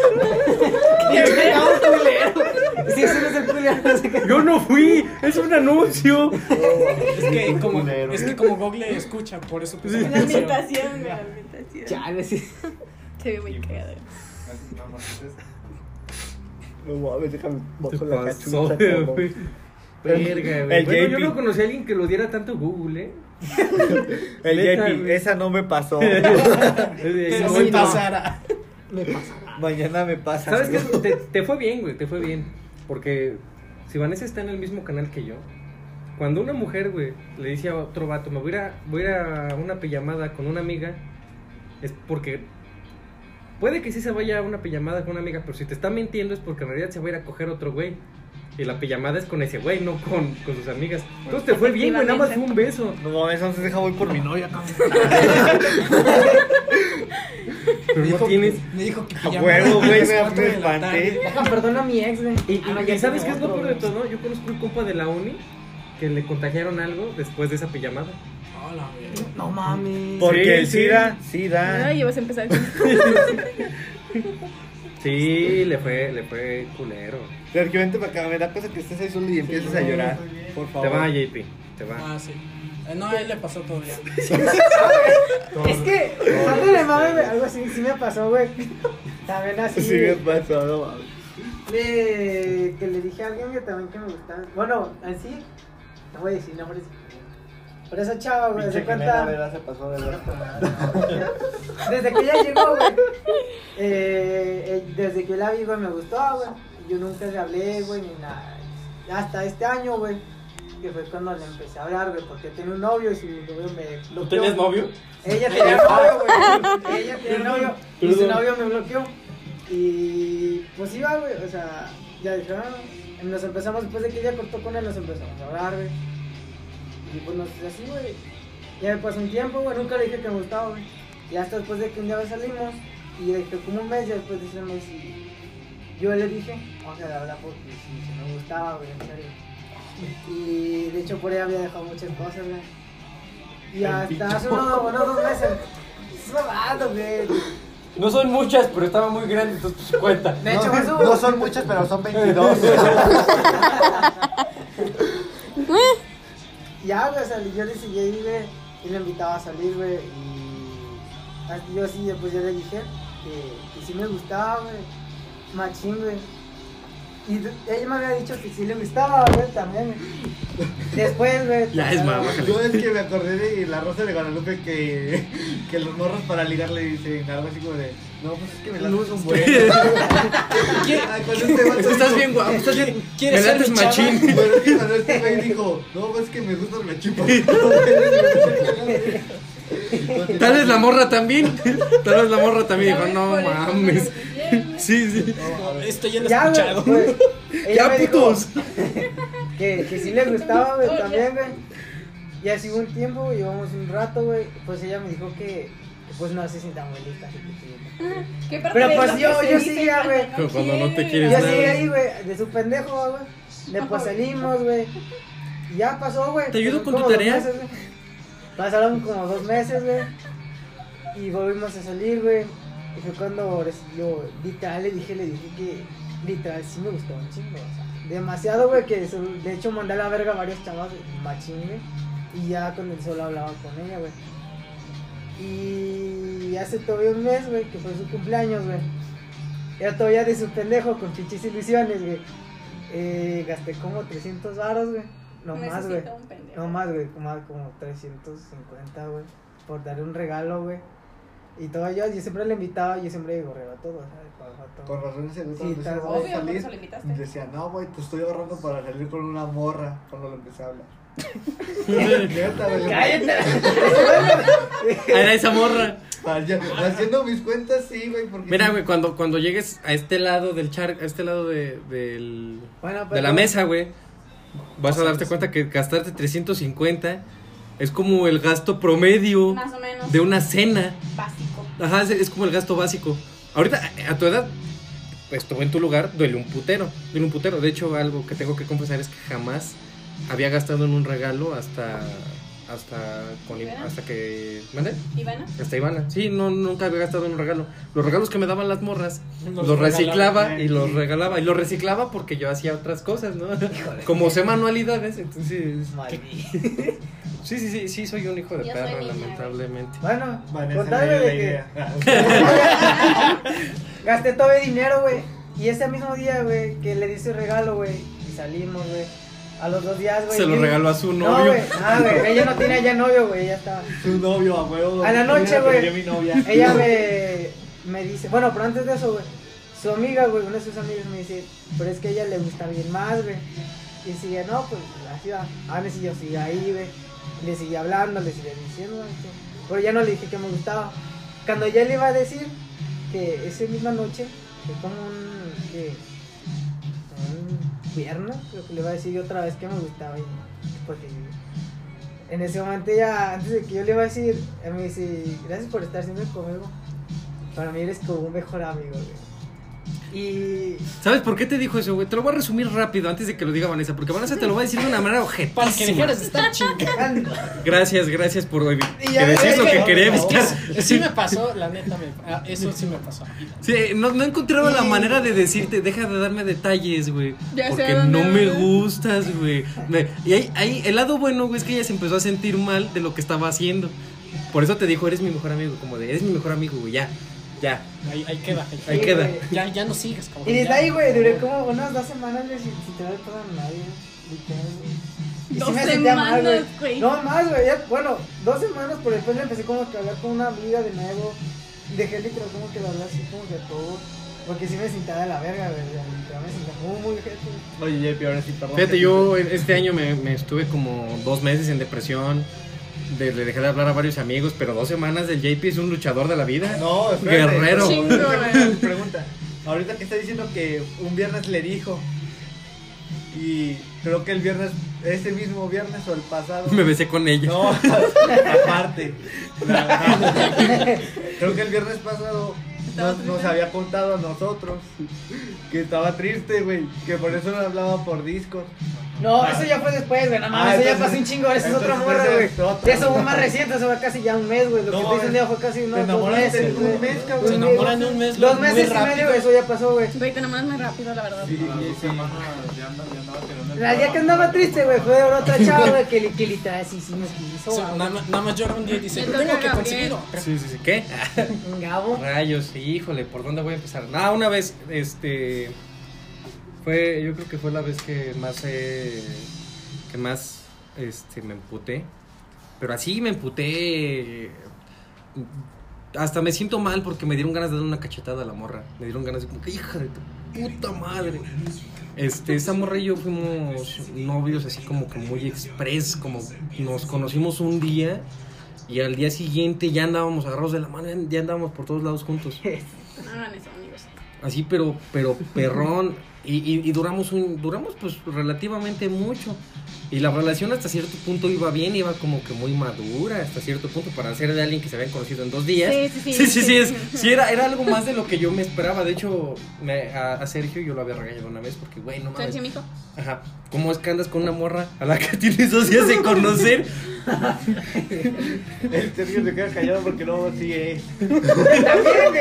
Si ese no es el culero, no sé qué. Yo no fui, es un anuncio. Es que como Google escucha, por eso puse la La canción. ambientación, la ambientación. Chale, sí. Se ve muy Y, pues, cagado. así, nada más es eso. No mames, déjame bajo Te la pasó, cachucha, güey. Verga, güey. El Bueno, yo JP. no conocí a alguien que lo diera tanto Google, ¿eh? El Neta, JP, güey. esa no me pasó. Pero Sí, me no. pasará. Me pasará. Mañana me pasa. ¿Sabes qué? Te fue bien, güey, te fue bien. Porque si Vanessa está en el mismo canal que yo, cuando una mujer, güey, le dice a otro vato, voy a ir a una pijamada con una amiga, es porque puede que sí se vaya a una pijamada con una amiga, pero si te está mintiendo es porque en realidad se va a ir a coger otro güey. Y la pijamada es con ese güey, no con sus amigas. Entonces te fue bien, güey, nada más fue un beso. No mames, entonces deja voy por mi novia, cabrón. Pero no tienes... Me dijo que A huevo, güey, me espanté. espanté. Deja, perdona a mi ex, güey. Y Ah, ya ¿sabes qué tengo es lo otro, peor de güey. todo? Yo conozco un compa de la uni que le contagiaron algo después de esa pijamada. Hola, güey. No mames. Porque Sí, el sí. SIDA, sí da. Ay, vas a empezar con... Sí, le fue culero. Sergio, vente para acá, me da cosa que estés ahí solo y empieces a llorar. Por Te favor. va, JP, te va. Ah, sí. No, a él le pasó todo ya. Es que, dándole mame, güey, algo así, sí me pasó, güey. También así. Sí me pasó, no mames. Que le dije a alguien que también que me gustaba. Bueno, así, no voy a decir nombres. Pero esa chava, güey, se Pinche cuenta. Jimena, ¿verdad? Se pasó de verdad. Desde que ella llegó, güey. Desde que la vi, güey, me gustó, güey. Yo nunca le hablé, güey, ni nada. Hasta este año, güey. Que fue cuando le empecé a hablar, güey, porque tenía un novio y su novio me bloqueó. ¿Tenías novio? Ella tenía novio, güey. Ella tenía novio y su Perdón. novio me bloqueó. Y pues iba, güey, o sea, ya dije, nos empezamos, después de que ella cortó con él, nos empezamos a hablar, güey. Y pues nos así, güey. Ya me pasó un tiempo, güey, nunca le dije que me gustaba, güey. Y hasta después de que un día salimos, y de que como un mes, ya después de ese mes, y yo le dije, o sea, la verdad, porque si me gustaba, güey, en serio. Y de hecho por ahí había dejado muchas cosas, güey. Y hasta hace unos 2 meses. Es babado, güey. No son muchas, pero estaba muy grande, entonces pues cuenta. De hecho, eso. No son muchas, pero son 22. Ya, güey, o sea, yo le seguí ahí, güey. Y le invitaba a salir, güey. Y yo sí, después ya le dije que sí me gustaba, güey. Machín, güey. Y ella me había dicho que sí le gustaba, güey, también, güey. Después, güey. Ya es mamá. Yo es que me acordé de La Rosa de Guadalupe que los morros para ligar le dicen algo así como de, no, pues es que me lates un buen. Ay, cuando este vato Estás dijo, bien guapo, estás bien. Me ¿Quieres ser lates mi chava? machín. Pero es que cuando este güey dijo, no, pues es que me gusta la chupa. Tal vez la morra también. Tal vez la morra también dijo, no mames. Sí, sí. Esto ya lo he Ya, güey, escuchado. pues, ella Ya, me dijo putos. que sí le gustaba, güey, también, güey. Y así hubo un tiempo, güey, llevamos un rato, güey. Pues ella me dijo que pues no se sienta muy lista. Así que sí. ¿Qué parte Pero de pues lo que yo se dice seguía, güey. Cuando no te quiere? quieres Yo nada. seguí ahí, güey, de su pendejo, güey. Después salimos, güey. Y ya pasó, güey. ¿Te ayudo Pasaron con tu como 2 tarea? meses, güey. Pasaron como 2 meses, güey. Y volvimos a salir, güey. Y fue cuando yo literal le dije que literal sí me gustó un chingo, o sea, demasiado, güey, que de hecho mandé a la verga a varios chavos machín, güey. Y ya con el solo hablaba con ella, güey. Y hace todavía un mes, güey, que fue su cumpleaños, güey. Era todavía de su pendejo con pinches ilusiones, güey. Gasté como 300 varos, güey. No más, güey. Necesito un pendejo. No más, güey. Como 350, güey. Por darle un regalo, güey. Y todo yo siempre le invitaba, yo siempre gorreaba todo, ¿sabes? Pagaba todo. Con razón ese güey Sí, cuando tal empezaba Obvio, a por salir, eso le invitaste. decía, no, güey, te estoy ahorrando para salir con una morra cuando lo empecé a hablar. Neta, güey. ¡Cállate! Era esa morra. Haciendo mis cuentas, sí, güey, porque... Mira, güey, cuando llegues a este lado del a este lado Bueno, de la mesa, güey, vas a darte cuenta que gastarte 350 es como el gasto promedio Más o menos. de una cena. Básico. Ajá, es como el gasto básico. Ahorita, a tu edad, pues tú en tu lugar, duele un putero. De hecho, algo que tengo que confesar es que jamás había gastado en un regalo hasta ¿Ivana? hasta que... ¿Mande? ¿Ivana? Hasta Ivana. Sí, nunca había gastado en un regalo. Los regalos que me daban las morras, Los los reciclaba regalaba. y los regalaba. Y los reciclaba porque yo hacía otras cosas, ¿no? Como sé manualidades, entonces... Sí, soy un hijo de Yo perro, soy niña, lamentablemente. Bueno, Vanessa contarme me dio de la que idea. gasté todo el dinero, güey. Y ese mismo día, güey, que le di su regalo, güey, y salimos, güey. A los 2 días, güey. Se lo regaló a su novio. No, güey, ella no tiene ya novio, güey, ella estaba. Su novio, a huevo. A la noche, Mira, güey. perdió mi novia. Ella me dice, bueno, pero antes de eso, güey, su amiga, güey, una de sus amigas me dice, pero es que a ella le gusta bien más, güey. Y sigue, no, pues, así va. Y yo sigue ahí, güey. Le sigue hablando, le sigue diciendo, güey. Pero ya no le dije que me gustaba. Cuando ya le iba a decir que esa misma noche, que como un viernes, creo que le iba a decir otra vez que me gustaba. Y, porque en ese momento ya, antes de que yo le iba a decir, me dice, gracias por estar siempre conmigo. Para mí eres como un mejor amigo, güey. Y... ¿Sabes por qué te dijo eso, güey? Te lo voy a resumir rápido antes de que lo diga Vanessa, porque Vanessa te lo va a decir de una manera objetiva. Para que dejeras de estar chingando. Gracias por Y que ya, decís lo que ya, quería ya, evitar. Sí me pasó, la neta, eso sí me pasó. Sí, no encontraba la manera de decirte, deja de darme detalles, güey. Ya sé Porque a dónde no me vas. gustas, güey. Y ahí, el lado bueno, güey, es que ella se empezó a sentir mal de lo que estaba haciendo. Por eso te dijo, eres mi mejor amigo, como de, eres mi mejor amigo, güey, ya. Ahí queda. Ahí queda. güey. Ya no sigas, cabrón. Y desde ya. ahí, güey, duré como unas 2 semanas, güey, sin tener todo a nadie, literal, güey. Y 2 sí me sentía mal, semanas, güey. No, más, güey, bueno, 2 semanas, pero después le empecé como que a hablar con una amiga de nuevo. Dejé literal como que de hablar así como que a todo. Porque sí me sentía de la verga, güey, literal me sentía muy gente. Oye, JP, ahora sí, perdón. Fíjate, yo este año me estuve como 2 meses en depresión. Le dejé de hablar a varios amigos, pero 2 semanas del JP es un luchador de la vida. No, espérate. Guerrero. Chingo, güey. Pregunta. Ahorita que está diciendo que un viernes le dijo. Y creo que el viernes, ese mismo viernes o el pasado. Me besé con ella. No, aparte. Creo que el viernes pasado nos había contado a nosotros que estaba triste, güey. Que por eso nos hablaba por Discord. No, eso ya fue después, güey, nada más, eso ya entonces- pasó un chingo, eso es otra entonces morra, ese güey. es otra. Eso fue más reciente, eso fue casi ya un mes, güey, lo que No, estoy diciendo ya fue casi te unos 2 enamoraste meses, en un güey. mes, cabrón. Se enamoran en un mes. 2 muy meses y rápido. medio, eso ya pasó, güey. Güey, te enamoras muy rápido, la verdad. Sí, sí. Ya andaba tirando el La día que andaba triste, güey, fue otra chava, güey, que literal sí me quiso. Sí, nada más llora un día y dice, Entonces, tengo que Gabriel. conseguir otra. Sí. ¿Qué? Un Gabo. Rayos, híjole, ¿por dónde voy a empezar? Nada, una vez, yo creo que fue la vez que más me emputé. Pero así me emputé. Hasta me siento mal porque me dieron ganas de dar una cachetada a la morra. Me dieron ganas de como que, hija de tu puta madre. Esa morra y yo fuimos novios así como que muy express, como nos conocimos un día y al día siguiente ya andábamos agarrados de la mano, ya andábamos por todos lados juntos. No hagan eso, amigos. Así, pero perrón. Y duramos pues relativamente mucho. Y la relación hasta cierto punto iba bien, iba como que muy madura hasta cierto punto para ser de alguien que se habían conocido en 2 días. Sí, era algo más de lo que yo me esperaba. De hecho, a Sergio yo lo había regañado una vez porque, güey, no mames. Sergio, mijo. Ajá. ¿Cómo es que andas con una morra a la que tienes 2 días de conocer? El Sergio se queda callado porque no, sí es. También,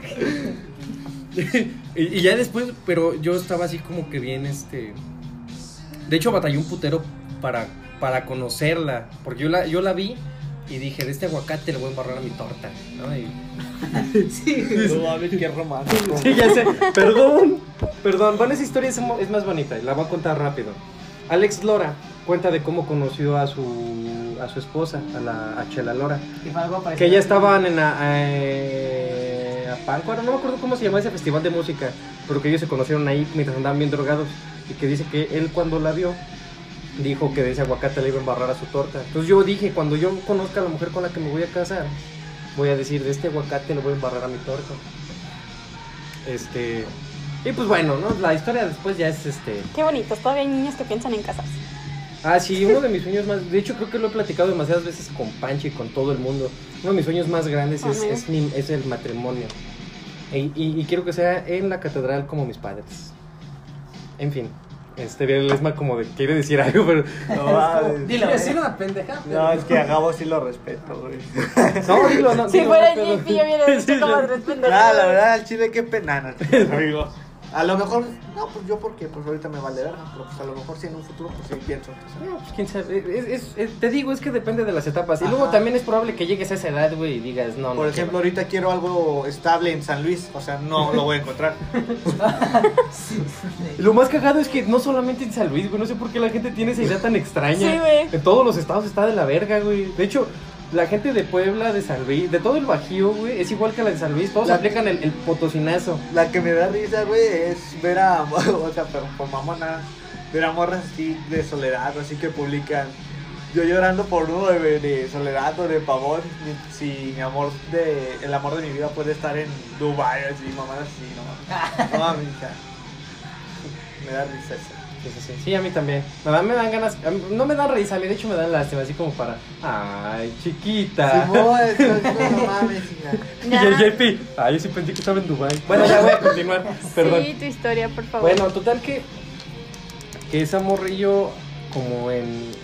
güey. y ya después, pero yo estaba así como que bien, de hecho batallé un putero para conocerla, porque yo la vi y dije, de este aguacate le voy a embarrar a mi torta, ¿no? Sí, No mames, qué romántico. Sí, ya sé, perdón, bueno, esa historia es más bonita y la voy a contar rápido. Alex Lora cuenta de cómo conoció a su esposa, a Chela Lora, y fue algo parecido. que ya estaban en Páncora, no me acuerdo cómo se llama ese festival de música, pero que ellos se conocieron ahí mientras andaban bien drogados y que dice que él cuando la vio dijo que de ese aguacate le iba a embarrar a su torta. Entonces yo dije, cuando yo conozca a la mujer con la que me voy a casar, voy a decir, de este aguacate le voy a embarrar a mi torta. Y pues bueno, ¿no? La historia después ya es Qué bonitos, todavía hay niños que piensan en casarse. Ah, sí, uno de mis sueños más... De hecho, creo que lo he platicado demasiadas veces con Pancho y con todo el mundo. Uno de mis sueños más grandes es el matrimonio. Y quiero que sea en la catedral como mis padres. En fin. El Esma como de quiere decir algo, pero... No mames. Dilo, Quiero decir una pendeja. No, es que a Gabo sí lo respeto, güey. No, dilo, no. Si dilo, fuera no, JP, yo hubiera dicho como respeto. La verdad, al chile, qué penana, amigo. A lo mejor, no, pues yo porque pues ahorita me vale verga, pero pues a lo mejor sí en un futuro pues sí pienso. No, pues quién sabe. Te digo, es que depende de las etapas. Y luego Ajá. también es probable que llegues a esa edad, güey, y digas, no, Por no ejemplo, quiero. ahorita quiero algo estable en San Luis, o sea, no lo voy a encontrar. Lo más cagado es que no solamente en San Luis, güey, no sé por qué la gente tiene esa idea tan extraña. Sí, güey. En todos los estados está de la verga, güey. De hecho, la gente de Puebla, de San Luis, de todo el Bajío, güey, es igual que la de San Luis. Todos La- aplican el potosinazo. La que me da risa, güey, es ver a, o sea, pero por mamona, ver a morras así de Soledad, así que publican, yo llorando por uno de Soledad o de Pavón, si el amor de mi vida puede estar en Dubai, así, mamadas así, no mames, hija. Me da risa eso. Sí, a mí también. Me dan ganas, no me dan risa, de hecho me dan lástima, así como para, ay, chiquita. Simón, no mames, hija. Y el JP, ay, yo sí pensé que estaba en Dubai. Bueno, ya voy a continuar, perdón. Sí, tu historia, por favor. Bueno, total que esa morrillo como en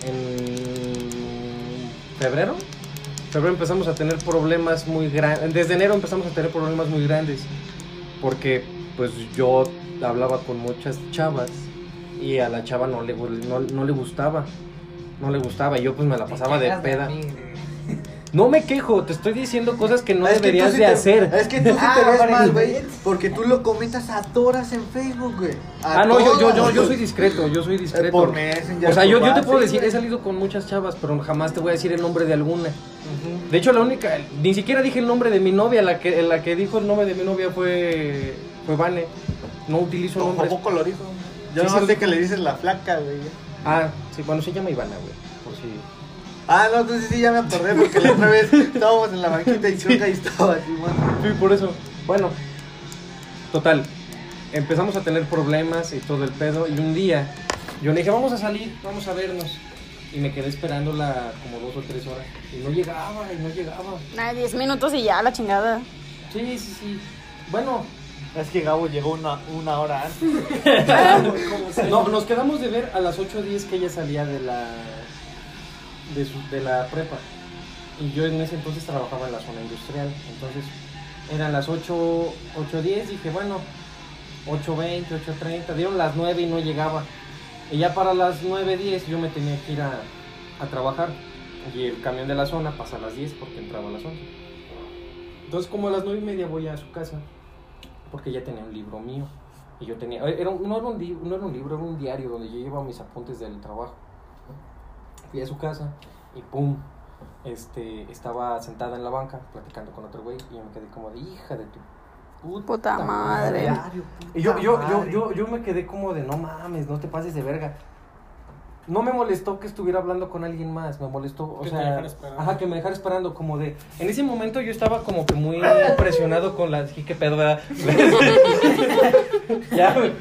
febrero empezamos a tener problemas muy grandes. Desde enero empezamos a tener problemas muy grandes porque pues yo hablaba con muchas chavas y a la chava no le gustaba. No le gustaba y yo pues me la pasaba de peda. No me quejo, te estoy diciendo cosas que no Es que deberías tú sí de te- hacer. Es que tú sí Ah, te ves para mal, el güey, Jets. porque tú lo comentas a todas en Facebook, güey. A No, yo todas. soy discreto, yo soy discreto. Por Messenger, O sea, yo por te puedo WhatsApp, decir, güey. he salido con muchas chavas, pero jamás te voy a decir el nombre de alguna. Ujú. De hecho, la única, ni siquiera dije el nombre de mi novia, la que dijo el nombre de mi novia fue Vane. No utilizo nombres. Tampoco lo dijo. Yo Sí, no sí, sé lo- que le dices la flaca, güey. Ah, sí, bueno, se llama Ivana, güey, por si... Ah, no, entonces sí ya me acordé porque la otra vez estábamos en la banquita y creo que ahí estaba así, bueno. Sí, por eso. Bueno, total, empezamos a tener problemas y todo el pedo, y un día yo le dije, vamos a salir, vamos a vernos. Y me quedé esperándola como 2 o 3 horas. Y no llegaba. Nada, 10 minutos y ya, la chingada. Sí. Bueno, Es que Gabo llegó una hora antes. no, nos quedamos de ver a las 8:10 que ella salía de la prepa. Y yo en ese entonces trabajaba en la zona industrial. Entonces eran las 8:10, dije, bueno, 8:20, 8:30. Dieron las 9 y no llegaba. Y ya para las 9:10 yo me tenía que ir a trabajar. Y el camión de la zona pasa a las 10 porque entraba a las 11. Entonces como a las 9:30 voy a su casa. Porque ella tenía un libro mío. Y yo tenía... no era un libro, era un diario donde yo llevaba mis apuntes del trabajo. Fui a su casa y pum. Estaba sentada en la banca platicando con otro güey. Y yo me quedé como de hija de tu Puta madre. Y yo me quedé como de no mames, no te pases de verga. No me molestó que estuviera hablando con alguien más, me molestó, o Que te sea, dejara esperando. ajá, que me dejara esperando, como de, en ese momento yo estaba como que muy presionado con las, qué pedo, ¿verdad? Ya, güey.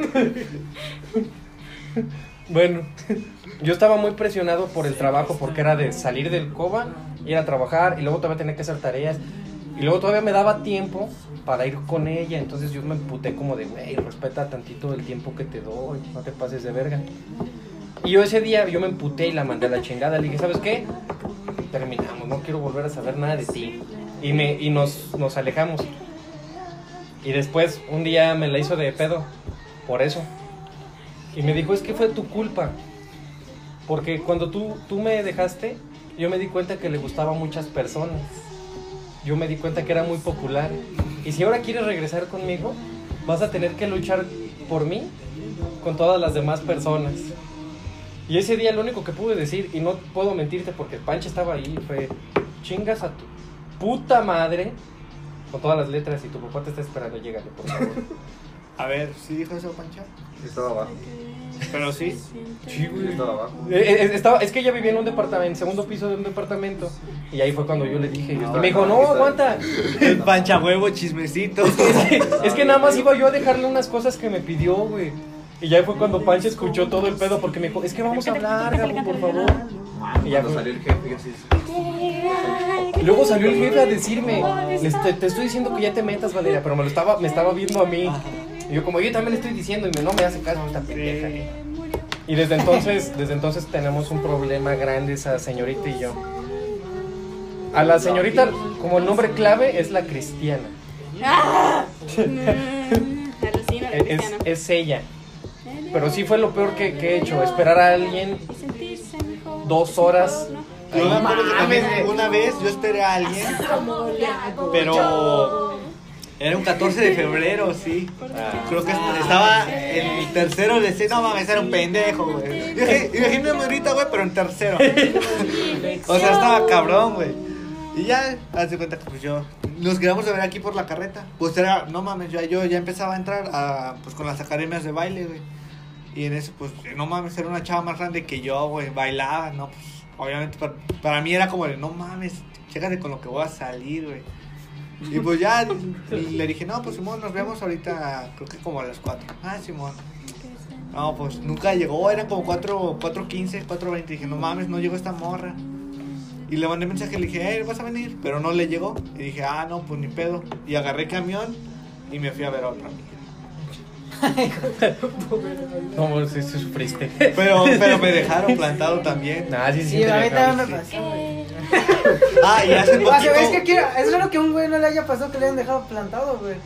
Bueno, yo estaba muy presionado por el trabajo, porque era de salir del coba, ir a trabajar, y luego todavía tenía que hacer tareas, y luego todavía me daba tiempo para ir con ella, entonces yo me emputé como de, güey, respeta tantito el tiempo que te doy, no te pases de verga. Y yo ese día, yo me emputé y la mandé a la chingada. Le dije, ¿sabes qué? Terminamos, no quiero volver a saber nada de ti. Y nos alejamos. Y después, un día me la hizo de pedo. Por eso. Y me dijo, es que fue tu culpa. Porque cuando tú me dejaste, yo me di cuenta que le gustaba a muchas personas. Yo me di cuenta que era muy popular. Y si ahora quieres regresar conmigo, vas a tener que luchar por mí con todas las demás personas. Y ese día lo único que pude decir, y no puedo mentirte porque Pancha estaba ahí, fue, chingas a tu puta madre, con todas las letras, y tu papá te está esperando, llégale, por favor. A ver, ¿sí dijo eso, Pancha? Estaba abajo. Pero sí. Sí, güey. Estaba abajo. Es que ella vivía en un departamento, en segundo piso de un departamento, y ahí fue cuando yo le dije, y me dijo, no, aguanta. El Pancha huevo chismecito. Es que nada más iba yo a dejarle unas cosas que me pidió, güey. Y ya fue cuando Pancha escuchó todo el pedo porque me dijo, es que vamos a hablar, Gabo, por favor. Y ya Cuando fue. salió el jefe, así. Y luego salió el jefe a decirme, te estoy diciendo que ya te metas, Valeria, pero me estaba viendo a mí. Y yo como, yo también le estoy diciendo, y no me hace caso esta pendeja. Y desde entonces tenemos un problema grande esa señorita y yo. A la señorita, como el nombre clave, es la Cristiana. Alucina. Cristiano. Es ella. Pero sí fue lo peor que he hecho, esperar a alguien Y sentirse mejor. 2 horas. Yo me acuerdo que también mames. una vez yo esperé a alguien, pero era un 14 de febrero, sí. Creo que estaba en el tercero de no mames, era un pendejo, güey. Imagínate ahorita, güey, pero en tercero. O sea, estaba cabrón, güey. Y ya, haz de cuenta que pues yo nos quedamos a ver aquí por la carreta. Pues era, no mames, yo ya empezaba a entrar pues con las academias de baile, güey. Y en eso, pues, no mames, era una chava más grande que yo, güey, bailaba, ¿no? Pues, obviamente, para mí era como de, no mames, chécate con lo que voy a salir, güey. Y pues ya le dije, no, pues Simón, nos vemos ahorita, creo que como a las 4. Ah, Simón. No, pues nunca llegó, eran como 4:15, 4:20. Dije, no mames, no llegó esta morra. Y le mandé mensaje, le dije, ¿vas a venir? Pero no le llegó. Y dije, no, pues ni pedo. Y agarré camión y me fui a ver a otra amiga. No, sí sufriste. Pero me dejaron plantado también. Nah, sí, Sí, a mí también me pasó. Y hace O sea, es poquito. que eso es lo que a un güey no le haya pasado, que le hayan dejado plantado, güey.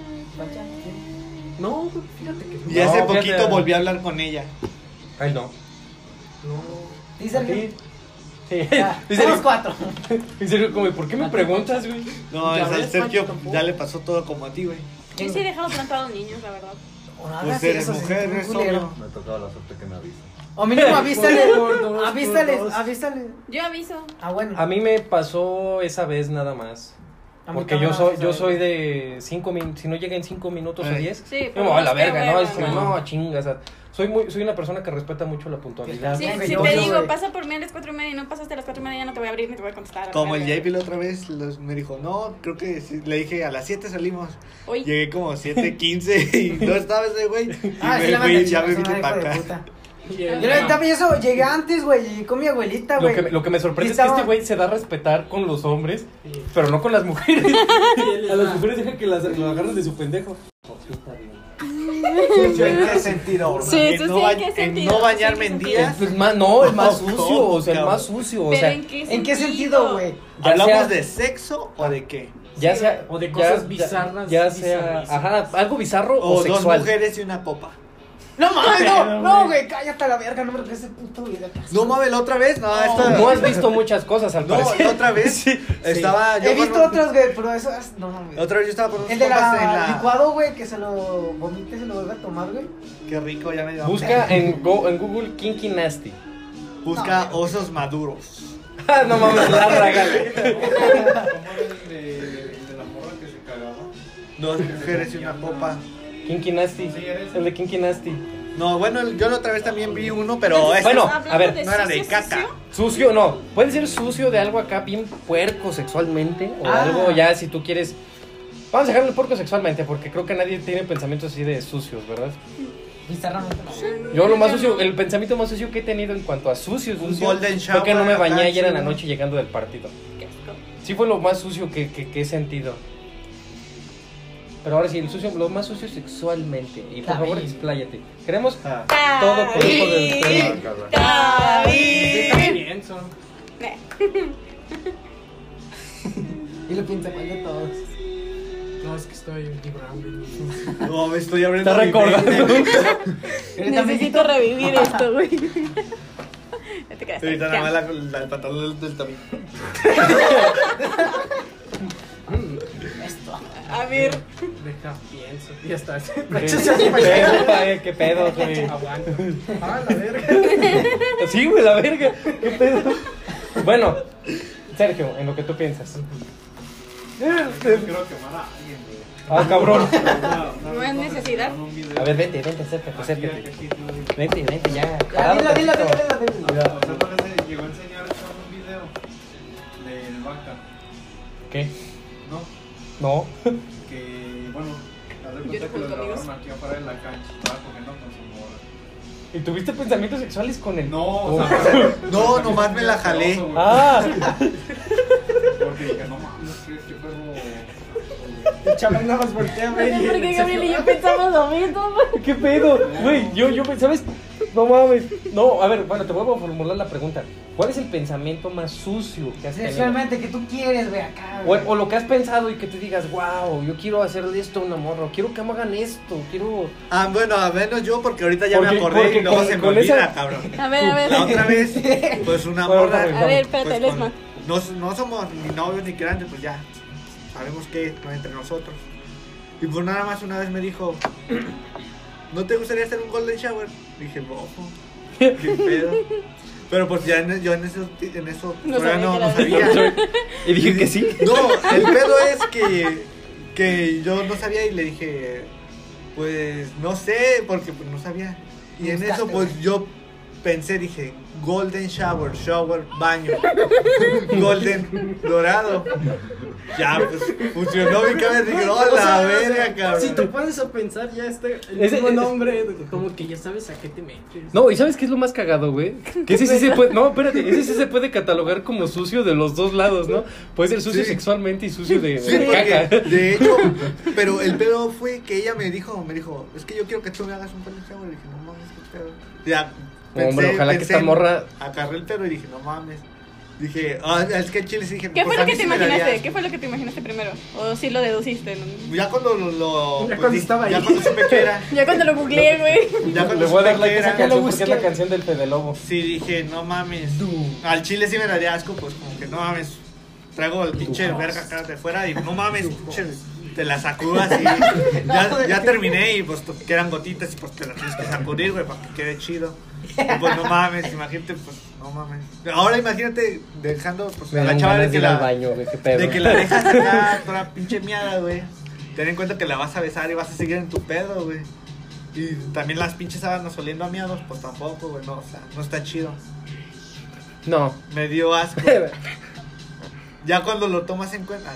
No, güey, fíjate que. Y hace No, poquito fíjate. volví a hablar con ella. Ay, no. No. Dice el Sí. Sí. Sí. Somos 4. En serio, como, ¿por qué me preguntas, güey? No, Ya es ves, el Sergio, Pancho, tampoco. ya le pasó todo como a ti, güey. Yo sí he dejado plantado niños, la verdad. Pues eres mujer, es obvio. Me ha tocado la suerte que me avisa. O mínimo avístale. Por dos, Avístales, por dos. avístale. Yo aviso. Ah, bueno. A mí me pasó esa vez nada más. A mí Porque también yo me soy, pasó yo eso. soy de 5 minutos, si no llega en 5 minutos o Ay. 10, Sí, yo pero me voy a la es que verga, ¿no? hueva, Es que güey. no, chingas. O sea, soy una persona que respeta mucho la puntualidad. Sí, No, que si yo- te yo, digo, güey. pasa por mí a las 4:30 y no pasaste a las 4:30, ya no te voy a abrir ni te voy a contestar. Como el Verga. JP la otra vez me dijo, no, creo que sí. Le dije, a las 7 salimos. Uy. Llegué como 7:15 y no estaba ese güey. Y Ah, sí, me la fui, mandé ya me chingos, vine una para hija de acá. puta. Y Yo el- la también eso, llegué antes, güey, llegué con mi abuelita, güey. Lo que me sorprende Y es que estaba- este güey se da a respetar con los hombres, pero no con las mujeres. A las mujeres dejan que lo agarren de su pendejo. ¿En qué sentido? Sí, ¿En eso no sí, ba- ¿en qué en sentido? no Sí, bañarme ¿en en qué días? El más, no, el más No, sucio, o sea, el cabrón. más sucio, o ¿Pero sea, en qué ¿En qué sentido, güey? ya ¿Hablamos sea- de sexo o de qué? ya sea o de ya- cosas ya- bizarras, ya sea, bizarrísimas. ajá, algo bizarro o, O dos sexual. mujeres y una copa. No mames, Pero, no, güey, cállate a la verga, no me lo que ese puto video. No mames, la otra vez, no, esta. No has visto muchas cosas al No, parecer. la otra vez estaba yo He visto con un- otros, güey, pero eso es. No mames. La otra vez yo estaba con unos El de compas en la la. licuado, güey, que se lo vomite, se lo vuelve a tomar, güey. Qué rico, ya me dio hambre. Busca en Google Kinky Nasty. Busca osos maduros. Ah, no mames, la regale. ¿Cómo era el de la morra que se cagaba? Dos mujeres y una copa. Kinky Nasty. Sí, eres. El de Kinky Nasty. No, bueno, yo la otra vez también vi uno, pero Entonces, ese Bueno, ¿estás a ver, hablando no era de sucio, caca. sucio? Sucio, no. Puede ser sucio de algo acá bien puerco sexualmente. O Ah. algo ya, si tú quieres. Vamos a dejarlo puerco sexualmente, porque creo que nadie tiene pensamientos así de sucios, ¿verdad? Bizarramente no. Yo lo más sucio, el pensamiento más sucio que he tenido en cuanto a sucio, Un sucio, golden fue que no me shower, bañé acá, ayer en la chido. noche llegando del partido. Qué asco. Sí fue lo más sucio que he sentido. Pero ahora sí, el sucio, lo más sucio sexualmente. Y por favor, David. expláyate. Queremos Ah. todo por hijo del David. tema. Sí, David. bien, son. Y lo piensa mal de todos. No, es que estoy vibrando. No, me estoy abriendo. Está mi recordando. mente. Necesito revivir esto, güey. No te creas. Ahorita te nada más amo. el pantalón del tabique. A ver. Deja, pienso. Y ya está. ¿Qué pedo, güey? Aguanto. Ah, la verga. Sí, güey, la verga. ¿Qué pedo? Bueno, Sergio, en lo que tú piensas. Yo quiero quemar a alguien, güey. Ah, cabrón. No es necesidad. Con un video. A ver, vente, acércate, acércate. Vente, ya. Ya, Parado dilo, dilo, tantito. dilo, dilo. O sea, parece, llegó a enseñar con un video del vaca, ¿Qué? ¿no? No. Que, bueno, haz de Yo cuenta que lo junto, amigos. grabaron aquí afuera de la cancha, estaba cogiendo con su morra. ¿Y tuviste pensamientos sexuales con él? No, Oh. o sea, No, nomás me la jalé. Ah, Porque dije, no mames, qué perro. El chaval nada más voltea a ver. No sé por qué Gabriel y yo pensamos lo mismo, güey. ¿qué pedo? Güey, yo, ¿sabes? No mames. No, a ver, bueno, te vuelvo a formular la pregunta. ¿Cuál es el pensamiento más sucio que has tenido? Sexualmente, que tú quieres, güey, acá, O, güey. o lo que has pensado y que tú digas, wow, yo quiero hacerle esto a una morra, o quiero que me hagan esto, quiero... Bueno, a menos yo, porque ahorita ya me Porque- acordé porque y luego con- se me con olvida, esa- cabrón. A ver. La otra vez, pues una Bueno, morra. ahorita A ver, espérate, pues, Lesma. no somos ni novios ni grandes, pues ya sabemos que no entre nosotros. Y pues nada más una vez me dijo, ¿no te gustaría hacer un golden shower? Dije, bofo, qué pedo. Pero pues ya yo en eso No todavía sabía no que era sabía. Y dije que sí. No, el pedo es que yo no sabía y le dije, pues no sé, porque pues no sabía. Y en Buscaste, eso pues güey. yo pensé, dije, golden shower, baño, golden, dorado. Ya, pues funcionó mi cabeza, dije, oh, O sea, la verga, cabrón. Si te pones a pensar, ya está el Ese- mismo ese- nombre, como que ya sabes a qué te metes. No, ¿y sabes qué es lo más cagado, güey? Que ese sí se puede... No, espérate, ese sí se puede catalogar como sucio de los dos lados, ¿no? Puede ser sucio Sí. sexualmente y sucio de Sí, caca. porque de hecho, pero el pedo fue que ella me dijo, es que yo quiero que tú me hagas un golden shower. Y dije, no mames, qué pedo. Ya, Hombre, ojalá que esta morra... Agarré el pedo y dije, no mames. Dije, es que en Chile sí dije, ¿Qué pues fue a lo que mí te sí me imaginaste? darías. ¿Qué fue lo que te imaginaste primero? ¿O sí lo deduciste? ¿no? Ya cuando lo Ya cuando estaba ya ahí. cuando supe que era, Ya cuando lo googleé, güey. ya cuando Le voy a dar supe like que a esa era, canción porque es la canción del Fede Lobo. sí dije, no mames. Al Chile sí me daría asco, pues como que no mames. Traigo el pinche verga acá de fuera y no mames, pinche, te la sacudas y ya terminé y pues quedan gotitas y pues te las tienes que sacudir, güey, para que quede chido. Y pues no mames, imagínate, pues no mames. Ahora imagínate dejando pues Me a la dan chava ganas de de que ir al la baño, güey, qué pedo. de que la dejas acá toda pinche miada, güey. Ten en cuenta que la vas a besar y vas a seguir en tu pedo, güey. Y también las pinches sábanas oliendo a miados, pues tampoco, güey, no, o sea, no está chido. No. Me dio asco. Ya cuando lo tomas en cuenta.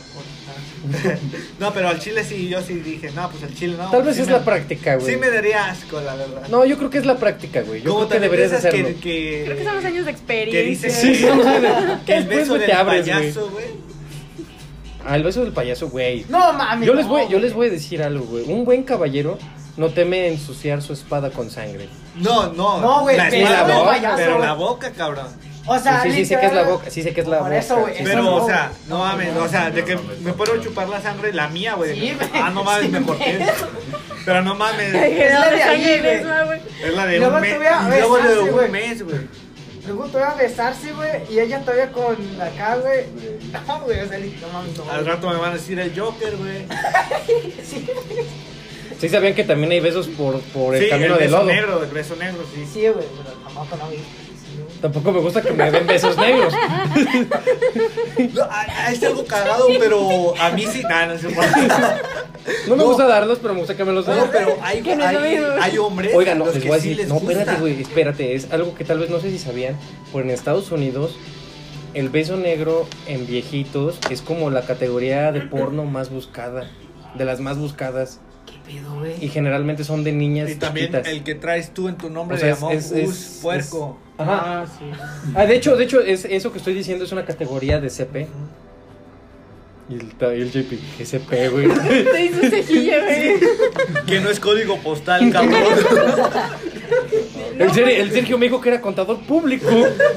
No, pero al chile sí, yo sí dije, no, pues al chile no. Tal vez sí es me- la práctica, güey. Sí me daría asco, la verdad. No, yo creo que es la práctica, güey. Yo Como creo que deberías esas hacerlo. Creo que son los años de que experiencia. dice Sí, no, que el después, beso güey, del te abres, payaso, güey. Ah, el beso del payaso, güey. No mames. Yo les no, voy a decir algo, güey. Un buen caballero no teme ensuciar su espada con sangre. No, No, güey, la pero espada la no, payaso, pero güey. la boca, cabrón. O sea, Sí, sé que es la literal, boca, sí sé que es la por boca. eso, güey, sí. eso Pero, no, o sea, güey. no mames, o sea, de que me puedo chupar la sangre, la mía, güey. Sí, güey. Ah, no mames, Sí, me corté. güey. Pero no mames, Es la de ahí, sangre güey. misma, güey. es la de Luego un mes. te voy a Y luego de besarse, un güey. mes, güey. Luego te voy a besarse, güey, y ella todavía con acá, güey. No, güey, o sea, no mames, no. Al rato me van a decir el Joker, güey. Sí sabían que también hay besos por el Sí, camino el de beso lodo. negro, el beso negro, sí. Sí, güey, pero tampoco no, güey. Sí, güey. Tampoco me gusta que me den besos negros. No, es algo cagado, pero a mí sí. Nah, no se puede. No me No. gusta darlos, pero me gusta que me los den. No, pero hay, Que no es lo mismo. hay hombres Oigan, a no, los les que voy a sí decir, les no, gusta. espérate, güey, espérate, es algo que tal vez no sé si sabían, pero en Estados Unidos el beso negro en viejitos es como la categoría de porno más buscada, de las más buscadas, ¿Qué pedo, güey? y generalmente son de niñas Y también chiquitas. el que traes tú en tu nombre O sea, de Among es- Us, puerco. Ajá. Ah, sí. Ah, de hecho, es eso que estoy diciendo es una categoría de CP. Y el JP, CP, güey. Te hizo cejilla, güey. Que no es código postal, cabrón. El Sergio me dijo que era contador público.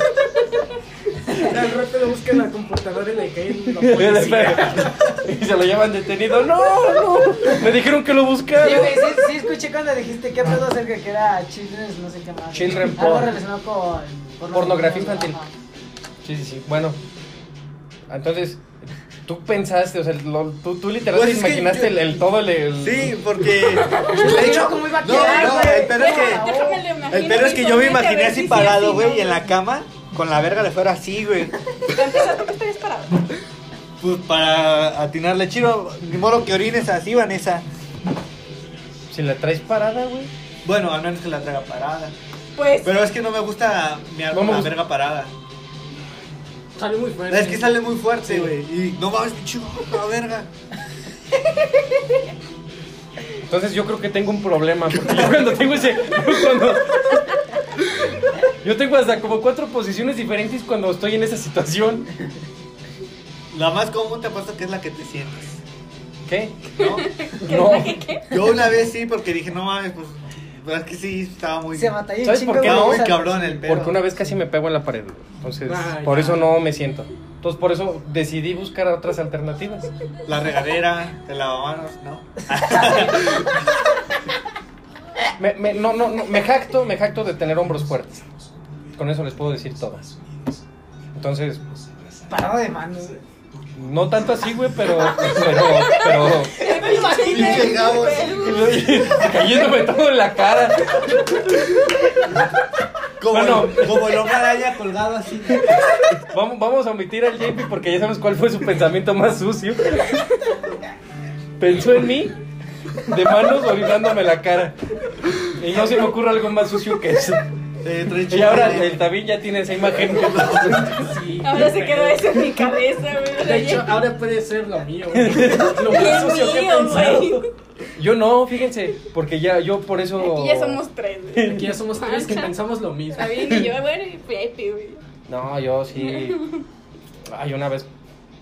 Al rato lo buscan en la computadora y le caen la policía. Y se lo llevan detenido. No. Me dijeron que lo Sí, buscaron. güey, sí escuché cuando dijiste qué pedo acerca que era children's, no sé qué más. Children Algo porn. relacionado con Pornografía infantil. Ajá. Sí. Bueno. Entonces, tú pensaste, o sea, tú literalmente Pues es que imaginaste yo- el todo el... Sí, porque. De hecho, ¿cómo iba a No, quedar, no, güey? el pedo es que. Déjame lo imagino El pedo es que yo me visualmente, a imaginé ver así si parado, sí, güey, ¿no? y en la cama, con la verga de fuera así, güey. Para empezar, ¿por qué estás parado? Pues para atinarle chido. Ni modo que orines así, Vanessa. Si la traes parada, güey. Bueno, al menos que la traiga parada. Pues, Pero es que no me gusta mirar con la Vamos. verga parada. Sale muy fuerte. Es que sale muy fuerte, güey. Y no mames, pinche la verga. Entonces yo creo que tengo un problema, porque yo cuando tengo cuando- yo tengo hasta como 4 posiciones diferentes cuando estoy en esa situación. La más común te apuesto que es la que te sientes. ¿Qué? ¿No? ¿qué No. es la que qué? Yo una vez sí, porque dije, no mames, pues. Pero es que sí, estaba muy... Se batalló un ¿Sabes chingo, por qué güey, no? Muy esa- cabrón el pedo. Porque una vez casi me pego en la pared, güey. Entonces, Ay, por ya. eso no me siento. Entonces, por eso decidí buscar otras alternativas. La regadera, el lavamanos, ¿no? Me jacto de tener hombros fuertes. Con eso les puedo decir todas. Entonces, Parado de manos, güey. no tanto así, güey, pero Pinche Gabo, sí. cayéndome todo en la cara. Como, Bueno. como el hombre araña colgado así. Vamos a omitir al JP porque ya sabemos cuál fue su pensamiento más sucio. Pensó en mí, de manos orinándome la cara. Y no se me ocurre algo más sucio que eso. Y ahora el Tabín ya tiene esa imagen. Sí, Ahora se qué quedó pedo. eso en mi cabeza, güey. De hecho, ahora puede ser lo mío. Lo más Es sucio que he mío, pensado. güey. Yo no, fíjense, porque yo por eso... Aquí ya somos tres, güey. Aquí ya somos tres que pensamos lo mismo. Está bien, y yo, bueno, y Pepe, güey. No, yo sí... Ay, una vez...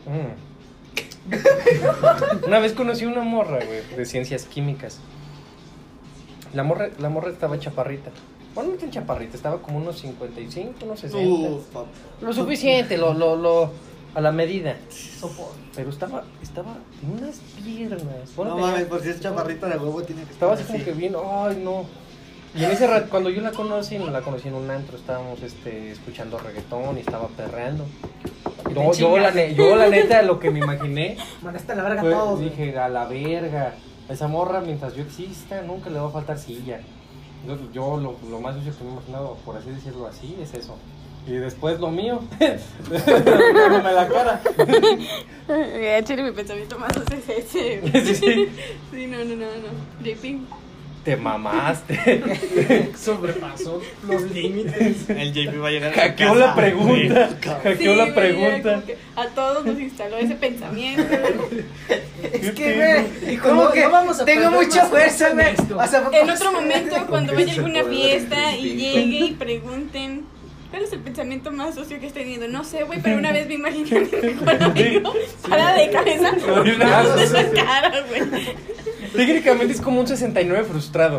Una vez conocí una morra, güey, de ciencias químicas. La morra estaba chaparrita. Bueno, no tan chaparrita, estaba como unos 55, unos 60. Lo suficiente, a la medida. Pero estaba en unas piernas. Bueno, No tenía- mames, por si es chaparrita de huevo tiene que Estaba estar así como que bien, ay no. Y en ese rato, cuando yo la conocí en un antro, estábamos escuchando reggaetón y estaba perreando. No, yo la neta, lo que me imaginé, Mandaste a la verga fue, todos, güey. dije, a la verga, a esa morra mientras yo exista, nunca le va a faltar silla. Yo lo más sucio que me he imaginado, por así decirlo así, es eso. Y después lo mío, dándome la cara. Chile, mi pensamiento más es ese, güey. Sí. Sí, no. JP. Te mamaste. Sobrepasó los límites. El JP va a llegar a Hackeó casa. la pregunta. Sí. Hackeó la güey, pregunta. como que a todos nos instaló ese pensamiento. Es que, güey, No, como que no vamos a tengo perder mucha más fuerza, tiempo güey. en esto. O sea, En otro momento, cuando vaya a alguna fiesta y llegue y pregunten, ¿cuál es el pensamiento más sucio que has tenido? No sé, güey, pero una vez me imaginé a mi mejor amigo parada de cabeza Soy una- de esa cara, güey. Técnicamente es como un 69 frustrado.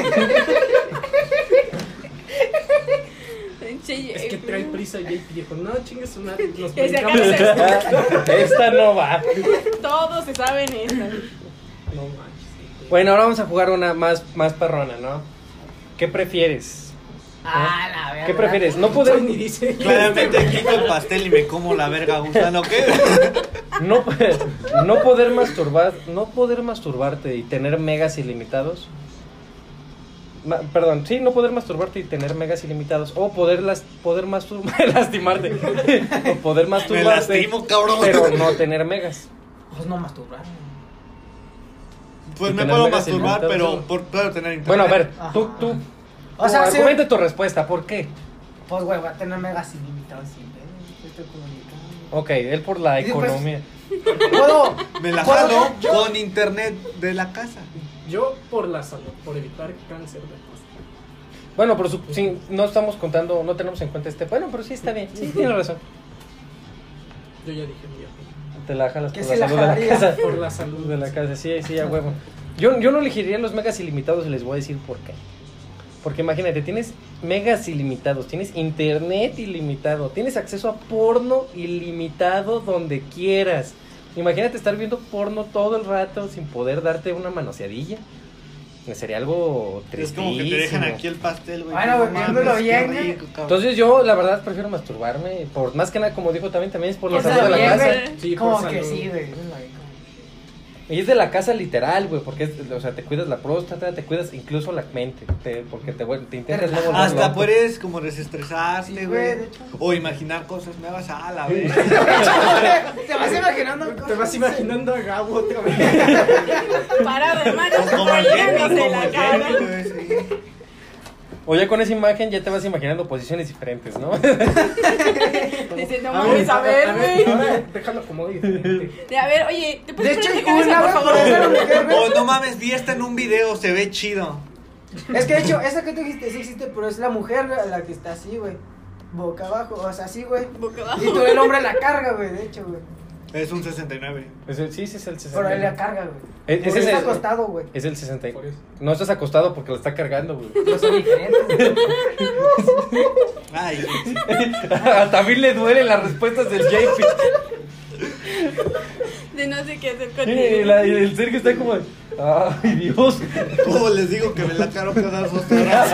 Es que trae prisa y JP dijo, no, chingues su madre, nos Que se brincamos acabe esto. Esta no va. Todos se saben esta. No manches. Bueno, ahora vamos a jugar una más perrona, ¿no? ¿Qué prefieres? la verga. ¿Qué prefieres? No Poder poder, ni dice. Claramente quito el pastel y me como la verga gusano, ¿qué? no poder masturbarte y tener megas ilimitados. Perdón, sí, no poder masturbarte y tener megas ilimitados. O poder lastimarte. O poder Me masturbarte, lastimo, cabrón. pero no tener megas. Pues no masturbar. Pues Y me tener puedo megas masturbar, ilimitados, pero puedo tener internet. Bueno, a ver, Ajá. tú O sea, sí. argumenta tu respuesta, ¿por qué? Pues, güey, va a tener megas ilimitados siempre. Estoy comunicando. Ok, él por la Y después- economía. Puedo. Me la ¿Puedo jalo yo? con internet de la casa. Yo por la salud, por evitar cáncer de próstata. Bueno, pero sí, no estamos contando, no tenemos en cuenta bueno, pero sí está bien, sí, tienes razón. Yo ya dije mío. Te la jalas ¿Qué por se la la salud de la jalaría? casa. Por la salud De la casa, sí, a huevo. Yo no elegiría los megas ilimitados y les voy a decir por qué. Porque imagínate, tienes megas ilimitados, tienes internet ilimitado, tienes acceso a porno ilimitado donde quieras. Imagínate estar viendo porno todo el rato sin poder darte una manoseadilla. Sería algo Es tristísimo. como que te dejan aquí el pastel, güey. Bueno, No güey, mames, viéndolo qué bien, güey. rico, cabrón. Entonces yo, la verdad, prefiero masturbarme. Por más que nada, como dijo también es por la Está salud de la bien, casa. güey. Sí, Como por que salud. sí, güey. Y es de la casa literal, güey, porque o sea, te cuidas la próstata, te cuidas incluso la mente, porque te intentas no volver Hasta loco. puedes como desestresarte, Sí, güey, güey. de hecho. O imaginar cosas nuevas a la vez. Te vas imaginando cosas. Te vas imaginando a Gabo otra vez. Parado de manos, Como el Jenny, llenándose como la el cara. Jenny, güey, sí. O ya con esa imagen ya te vas imaginando posiciones diferentes, ¿no? Dice, no mames, a ver, güey. Ahora déjalo como diferente. A ver, oye, ¿te De puedes hecho, poner de cabeza, una por vez favor? por esa mujer, güey. O no mames, vi esta en un video, se ve chido. Es que de hecho, esa que tú dijiste sí existe, pero es la mujer, güey, la que está así, güey. Boca abajo, o sea, así, güey. Boca abajo. Y tú el hombre la carga, güey, de hecho, güey. Es un 69. Sí, es el 60. Pero él la carga, güey. Ese Porque es está el- acostado, güey. Es el 60. Por eso. No estás acostado porque lo está cargando, güey. No son diferentes, güey. Ay, sí. A David le duelen las respuestas del JP. De no sé qué hacer Y contigo. el Sergio está como, ay, Dios. ¿Cómo les digo que me la caro cada 2 horas?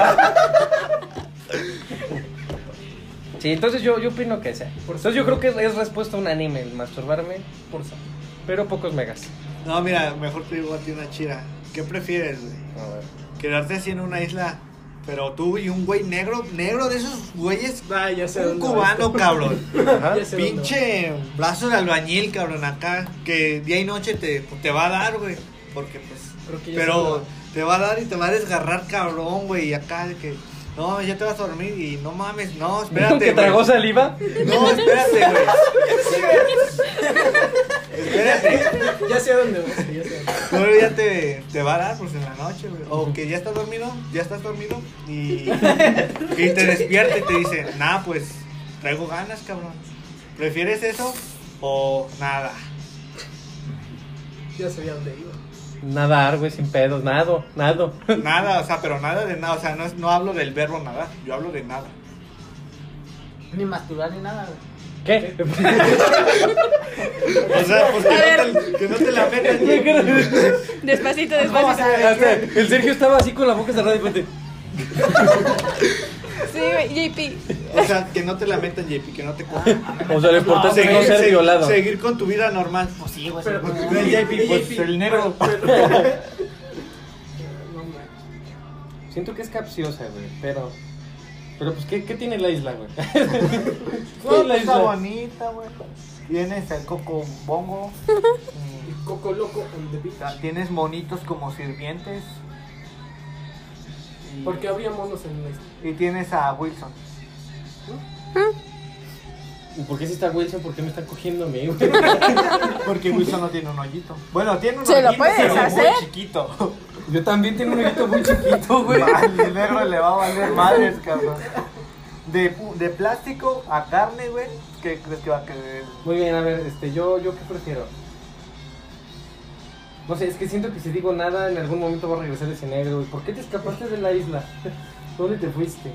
Sí, entonces yo opino que sea. Entonces yo creo que es respuesta unánime el masturbarme por sapo. Pero pocos megas. No, mira, mejor te digo a ti una chira. ¿Qué prefieres, güey? A ver. Quedarte así en una isla, pero tú y un güey negro de esos güeyes, Ah, ya sé un dónde va cubano, esto. cabrón. Ajá. Ya sé dónde va. Pinche brazo de albañil, cabrón, acá, que día y noche te va a dar, güey. Porque pues, que ya pero sé te va a dar y te va a desgarrar, cabrón, güey. Y acá de que, no, ya te vas a dormir y no mames, no, espérate, ¿Que tragó güey. saliva? No, espérate, güey. Espérate. Ya sé dónde va. Sí, ya sé dónde va. Luego ya te va a dar, pues en la noche, güey. O que ya estás dormido y te despierta y te dice, nah, pues traigo ganas, cabrón. ¿Prefieres eso o nada? Ya sabía dónde iba. Nadar, güey, sin pedos, nado. Nada, o sea, pero nada de nada. O sea, no hablo del verbo nadar, yo hablo de nada. Ni masturbar ni nada, güey. ¿Qué? O sea, pues que no te la metan. Despacito, Vamos a despacito. ver. Hasta el Sergio estaba así con la boca cerrada y repente, Sí, güey, JP. O sea, que no te la metan, JP, que no te cojan. o sea, lo importante es no ser violado. Seguir con tu vida normal. Pues sí, güey. Pero- sí, Ve, güey. JP, pues el negro. No, manches. Siento que es capciosa, güey, pero pues, ¿qué tiene la isla, güey? No, la está isla? bonita, güey. Tienes el coco bongo. Coco loco on the beach. Tienes monitos como sirvientes. Y, Porque había monos en la isla. y tienes a Wilson. ¿Y por qué si está Wilson? ¿Por qué me están cogiendo a mí, güey? Porque Wilson no tiene un hoyito. Bueno, tiene un ¿Se lo hoyito, puedes pero hacer? muy chiquito. Yo también tengo un ojito muy chiquito, güey. El negro le va a valer madres, cabrón. De plástico a carne, güey. ¿Qué crees que va a querer? Muy bien, a ver, yo qué prefiero. No sé, es que siento que si digo nada, en algún momento va a regresar ese negro, güey. ¿Por qué te escapaste de la isla? ¿Dónde te fuiste?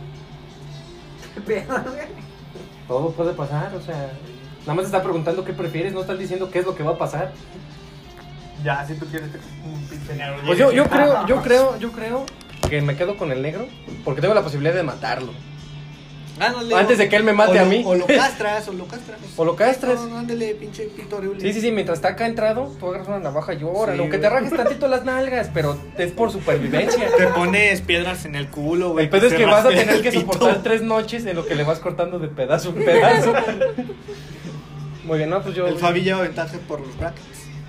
Todo puede pasar, o sea. Nada más te está preguntando qué prefieres, no estás diciendo qué es lo que va a pasar. Ya, si tú quieres un pinche negro. Pues yo creo que me quedo con el negro, porque tengo la posibilidad de matarlo. Ándale, Antes de que él me mate a mí. O lo castras, o lo castras. O lo castras. No, ándale, pinche pito horrible. Sí, mientras está acá entrado, tú agarras una navaja y órale, Sí, aunque güey. te rajes tantito las nalgas, pero es por supervivencia. Te pones piedras en el culo, güey. El pedo es te que vas a raspe tener el que pito. soportar 3 noches en lo que le vas cortando de pedazo en pedazo. Muy bien, no, pues yo. El Fabi lleva ventaja por los brackets.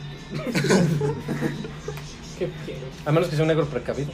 Qué quiero. A menos que sea un negro precavido.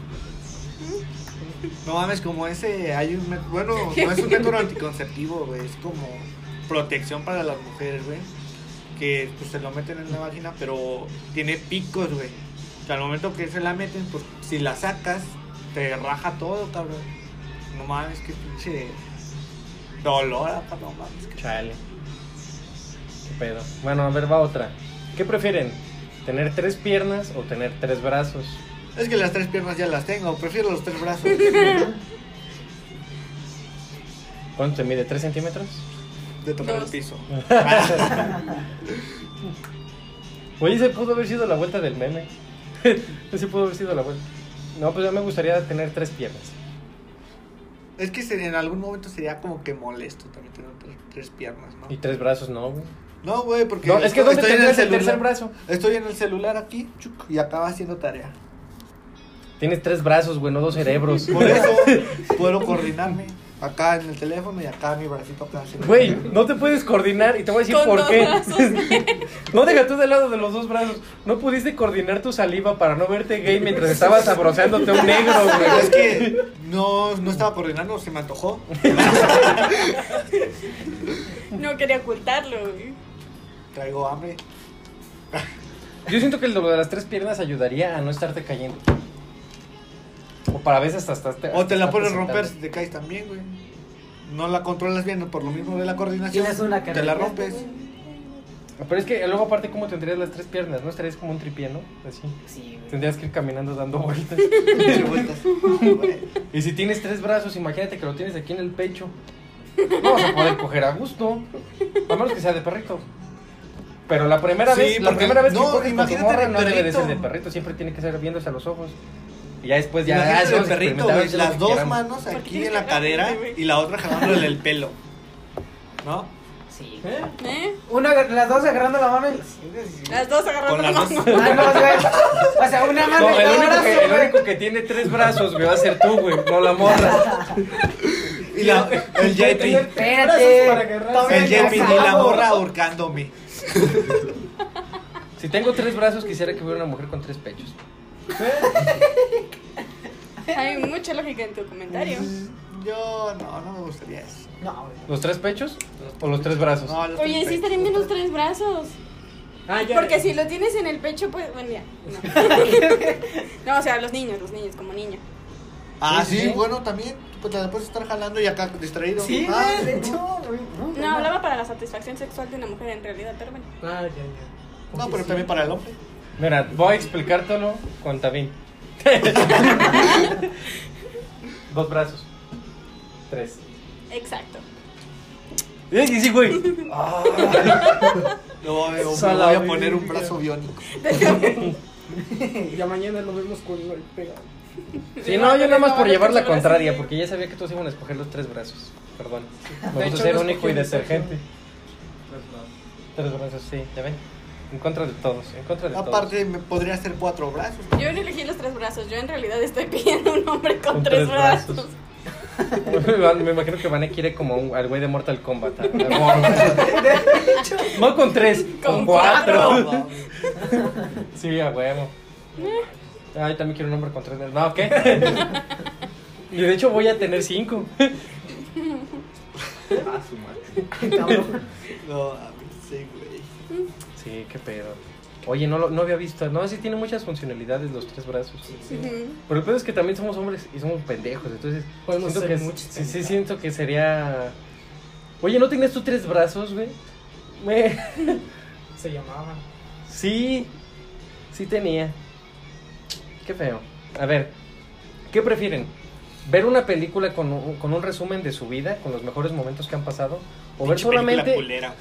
No mames, como ese, hay un, bueno, no es un método anticonceptivo, güey, es como protección para las mujeres, güey, que pues se lo meten en la vagina, pero tiene picos, güey, que al momento que se la meten, pues si la sacas, te raja todo, cabrón. No mames, qué pinche dolor, apa, no mames. Chale. Qué pedo. Bueno, a ver, va otra. ¿Qué prefieren? ¿Tener 3 piernas o tener 3 brazos? Es que las 3 piernas ya las tengo, prefiero los 3 brazos. ¿Cuánto te mide? ¿3 centímetros? De tocar el 2. piso. Oye, ese pudo haber sido la vuelta del meme. Ese pudo haber sido la vuelta. No, pues ya me gustaría tener 3 piernas. Es que en algún momento sería como que molesto también tener 3 piernas, ¿no? Y 3 brazos no, güey. No, güey, porque No, es que ¿dónde estoy en tendrías el tercer brazo? Estoy en el celular aquí, chuc, y acaba haciendo tarea. Tienes 3 brazos, güey, no 2 cerebros. Por eso puedo coordinarme. Acá en el teléfono y acá mi bracito acá haciendo Güey, tarea. no te puedes coordinar y te voy a decir Con por 2 qué. brazos. No, deja tú del lado de los 2 brazos. No pudiste coordinar tu saliva para no verte gay mientras estabas sabroseándote a un negro, Pero es güey. que no estaba coordinando, se me antojó. No quería ocultarlo, güey. Traigo hambre. Yo siento que lo de las 3 piernas ayudaría a no estarte cayendo. O para veces hasta O te la hasta puedes sentado. romper si te caes también, güey. No la controlas bien por lo mismo de la coordinación. Tienes una que te la refresca, rompes. Pero es que luego aparte cómo tendrías las 3 piernas, ¿no? Estarías como un tripié, ¿no? Así. Sí, güey. Tendrías que ir caminando dando vueltas. De vueltas. Y si tienes 3 brazos, imagínate que lo tienes aquí en el pecho. No vas a poder coger a gusto. A menos que sea de perrito. Pero la primera Sí, vez, porque- que coges con tu imagínate morra de no debe de perrito. ser de perrito, siempre tiene que ser viéndose a los ojos. Y ya después ya Imagínate vamos el a perrito, experimentar, güey, hacer lo las que dos queramos. manos Porque aquí tienes en la que agarrar cadera gente, güey. y la otra jalándole el pelo. ¿No? Sí. ¿Eh? Las dos agarrando la mano y las Las dos agarrando Con la las mano. dos. Ah, no, güey. O sea, una mano No, y el cada único, brazo, que, el güey. único que tiene 3 brazos, güey, va a ser tú, güey, no la morra. Y el JP. Espérate. Para agarrar. El JP y la casado. morra ahorcándome. Si tengo 3 brazos, quisiera que hubiera una mujer con 3 pechos. Hay mucha lógica en tu comentario. Yo no me gustaría eso. No, güey. ¿Los 3 pechos o los 3 brazos? No, los Oye, sí tres estarían bien los 3 brazos. Ah, ya. Porque si lo tienes en el pecho, pues, bueno, ya. No, o sea, los niños, como niño. Ah, Sí, sí, sí. bueno, también. Pues la puedes estar jalando y acá distraído. Sí, Ah, güey, de hecho, güey. No, hablaba para la satisfacción sexual de una mujer en realidad, pero bueno. Ah, ya. No, pero también para el hombre. Mira, voy a explicártelo con Tabín. 2 brazos. 3. Exacto. Sí, güey. No, me voy Sala, a poner un brazo biónico. Ya mañana lo vemos con el pegado. Sí, no, yo nada más por llevar la contraria, porque ya sabía que todos iban a escoger los 3 brazos. Perdón. Me gusta ser único y detergente. 3 brazos, sí, ya ven. En contra de todos, en contra de Aparte, me podría hacer 4 brazos. Yo no elegí los 3 brazos, yo en realidad estoy pidiendo un hombre con Con 3 tres brazos. brazos. Me imagino que Vané quiere como al güey de Mortal Kombat. No con 3, con 4. Sí, a huevo. Ah, yo también quiero un hombre con 3. No, ¿qué? Y de hecho voy a tener 5. Cabrón. No, a mí sí, güey. Sí, qué pedo. Oye, no había visto. No, sí tiene muchas funcionalidades los 3 brazos. Ujú. Pero el pedo es que también somos hombres y somos pendejos. Entonces, Podemos siento hacer que muchos sí, siento que sería. Oye, ¿no tenías tú 3 brazos, güey? Me- Se llamaba. Sí, sí tenía. Qué feo. A ver, ¿qué prefieren? ¿Ver una película con un resumen de su vida, con los mejores momentos que han pasado? ¿O ver Pinche película solamente culera.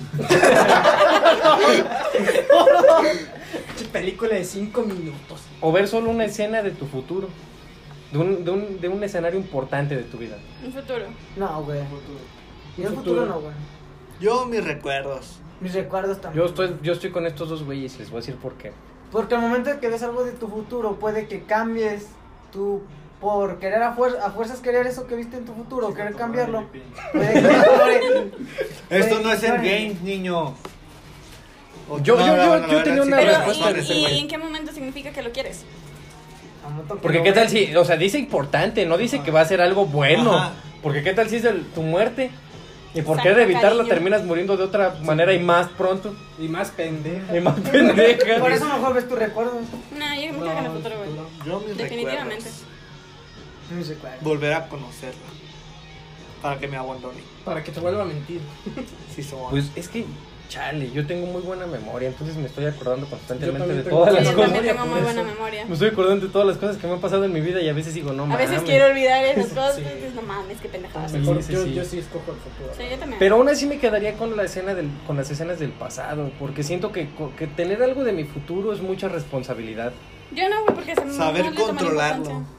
Película de 5 minutos. o ver solo una escena de tu futuro? De un escenario importante de tu vida. Un futuro. No, güey. Y el Un futuro futuro. no, güey. Yo, mis recuerdos. Mis recuerdos también. Yo estoy con estos 2 güeyes y les voy a decir por qué. Porque al momento de que ves algo de tu futuro, puede que cambies tú por querer a fuerzas querer eso que viste en tu futuro, querer cambiarlo. Puede que mejore. Esto Puede no es que el mejore. game, niño. Yo la tenía verdad, una sí, Pero, respuesta sí, de ese ¿y güey. en qué momento significa que lo quieres? Al momento que Porque lo qué tal ves- si, o sea, dice importante, no dice que va a ser algo bueno. Ajá. Porque qué tal si es tu muerte. Y por Exacto, querer evitarlo cariño. terminas muriendo de otra manera y más pronto. Y más pendeja. Y más pendeja. Por eso mejor ves tus recuerdos. No, yo me quedo con el futuro, güey. Yo, mis Definitivamente. recuerdos. Mis recuerdos. Volver a conocerla. Para que me abandone. Para que te vuelva a mentir. Sí, somos. Pues es que, chale, yo tengo muy buena memoria, entonces me estoy acordando constantemente Yo también de tengo todas Sí, las yo cosas. también tengo muy por buena eso. memoria. Me estoy acordando de todas las cosas que me han pasado en mi vida y a veces digo, no A mames. veces quiero olvidar esas cosas Sí. y dices, no mames, qué pendejada. Sí, Mejor sí, yo, sí. yo sí escojo el futuro. Sí, yo también. Pero aún así me quedaría con la escena con las escenas del pasado, porque siento que tener algo de mi futuro es mucha responsabilidad. Yo no, güey, porque Saber no le tomo la controlarlo. importancia.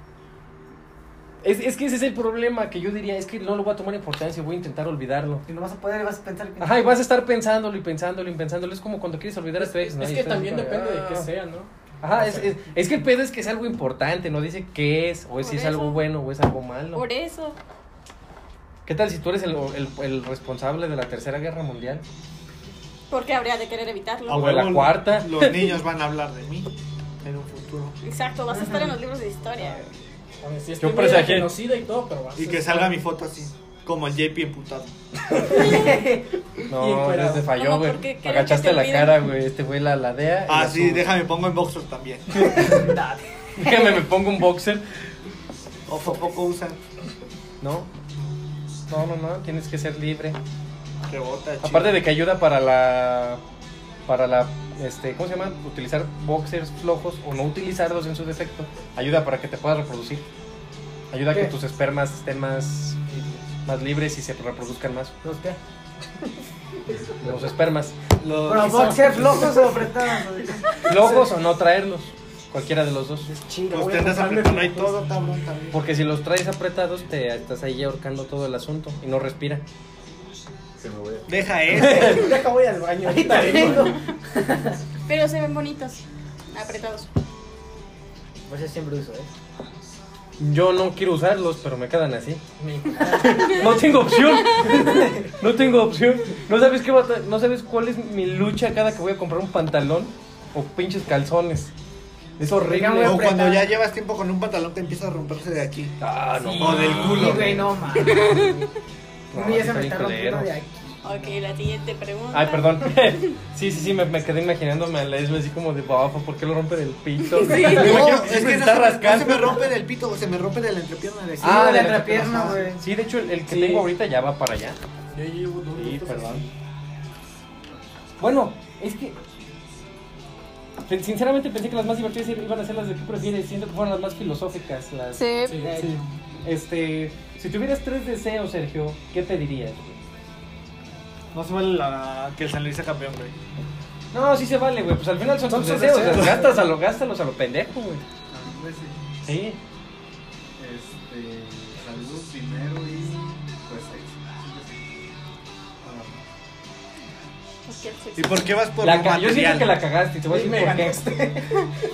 Es que ese es el problema, que yo diría, es que no lo voy a tomar importancia, voy a intentar olvidarlo. Y no vas a poder y vas a pensar que. Ajá, y vas a estar pensándolo y pensándolo y pensándolo. Es como cuando quieres olvidar a tu ex, ¿no? Es Y que estás también como, depende de qué ah. sea, ¿no? Ajá, es que el pedo es que es algo importante, no dice qué es, o Por si es eso. algo bueno o es algo malo. Por eso. ¿Qué tal si tú eres el responsable de la Tercera Guerra Mundial? Porque habría de querer evitarlo. A O de la huevo, cuarta. Los niños van a hablar de mí en un futuro. Exacto, vas a estar en los libros de historia. A ver, si Yo este presagié. genocida y todo, pero vas Y a que estar- salga mi foto así. Como el JP emputado. No, encuerado. eres de falló, ¿Cómo? güey. Porque quieren que Agachaste te la olviden. cara, güey. Este güey la ladea. y Ah, la sí, sube. déjame pongo en boxers también. Déjame, me pongo un boxer. O poco usan. No. No, tienes que ser libre. Rebota, chido. Aparte de que ayuda para la para la, ¿cómo se llama? Utilizar boxers flojos o no utilizarlos en su defecto, ayuda para que te puedas reproducir. Ayuda a que ¿Qué? tus espermas estén más libres y se reproduzcan más. ¿Los qué? Los espermas. Pero boxer flojos o apretados. Flojos o no traerlos. Cualquiera de los dos. Chinga, Pues voy te a andas comprarme apretando ahí flojos. todo, cabrón, también. Porque si los traes apretados, te estás ahí ahorcando todo el asunto y no respira. Se me voy a... Deja eso. Deja, voy al baño. Ahorita vengo. Pero se ven bonitos, apretados. Pues yo siempre uso, Yo no quiero usarlos, pero me quedan así. No tengo opción. No tengo opción. ¿No sabes no sabes cuál es mi lucha cada que voy a comprar un pantalón o pinches calzones? Es horrible. O cuando ya llevas tiempo con un pantalón que empieza a romperse de aquí. Ah, no. O del culo. güey, no mames. No, Uno ya se me está está bien rompiendo culero. de aquí. Ok, la siguiente pregunta. Ay, perdón. Sí, me quedé imaginándome a Leslie así como de bafa, ¿por qué lo rompe del pito? Sí. Me imagino No, que es que está no rascando. se me rompe del pito, se me rompe de la entrepierna de aquí. Ah, de de la la entrepierna, Ajá. güey. Sí, de hecho el que Sí. tengo ahorita ya va para allá. Yo llevo 2 Sí, minutos perdón. así. Bueno, es que sinceramente pensé que las más divertidas iban a ser las de qué prefieres, siento que fueron las más filosóficas, las Sí. Sí. si tuvieras 3 deseos, Sergio, ¿qué pedirías, güey? No se vale que el San Luis sea campeón, güey. No, sí se vale, güey, pues al final son Son tus sus deseos, deseos. gástalos a lo pendejo, güey. Pues sí. Sí. Salud primero y pues sexo. Porque el sexo- ¿Y por qué vas por La lo yo siento material? que la cagaste, y te voy a Y decir me por qué. ganaste.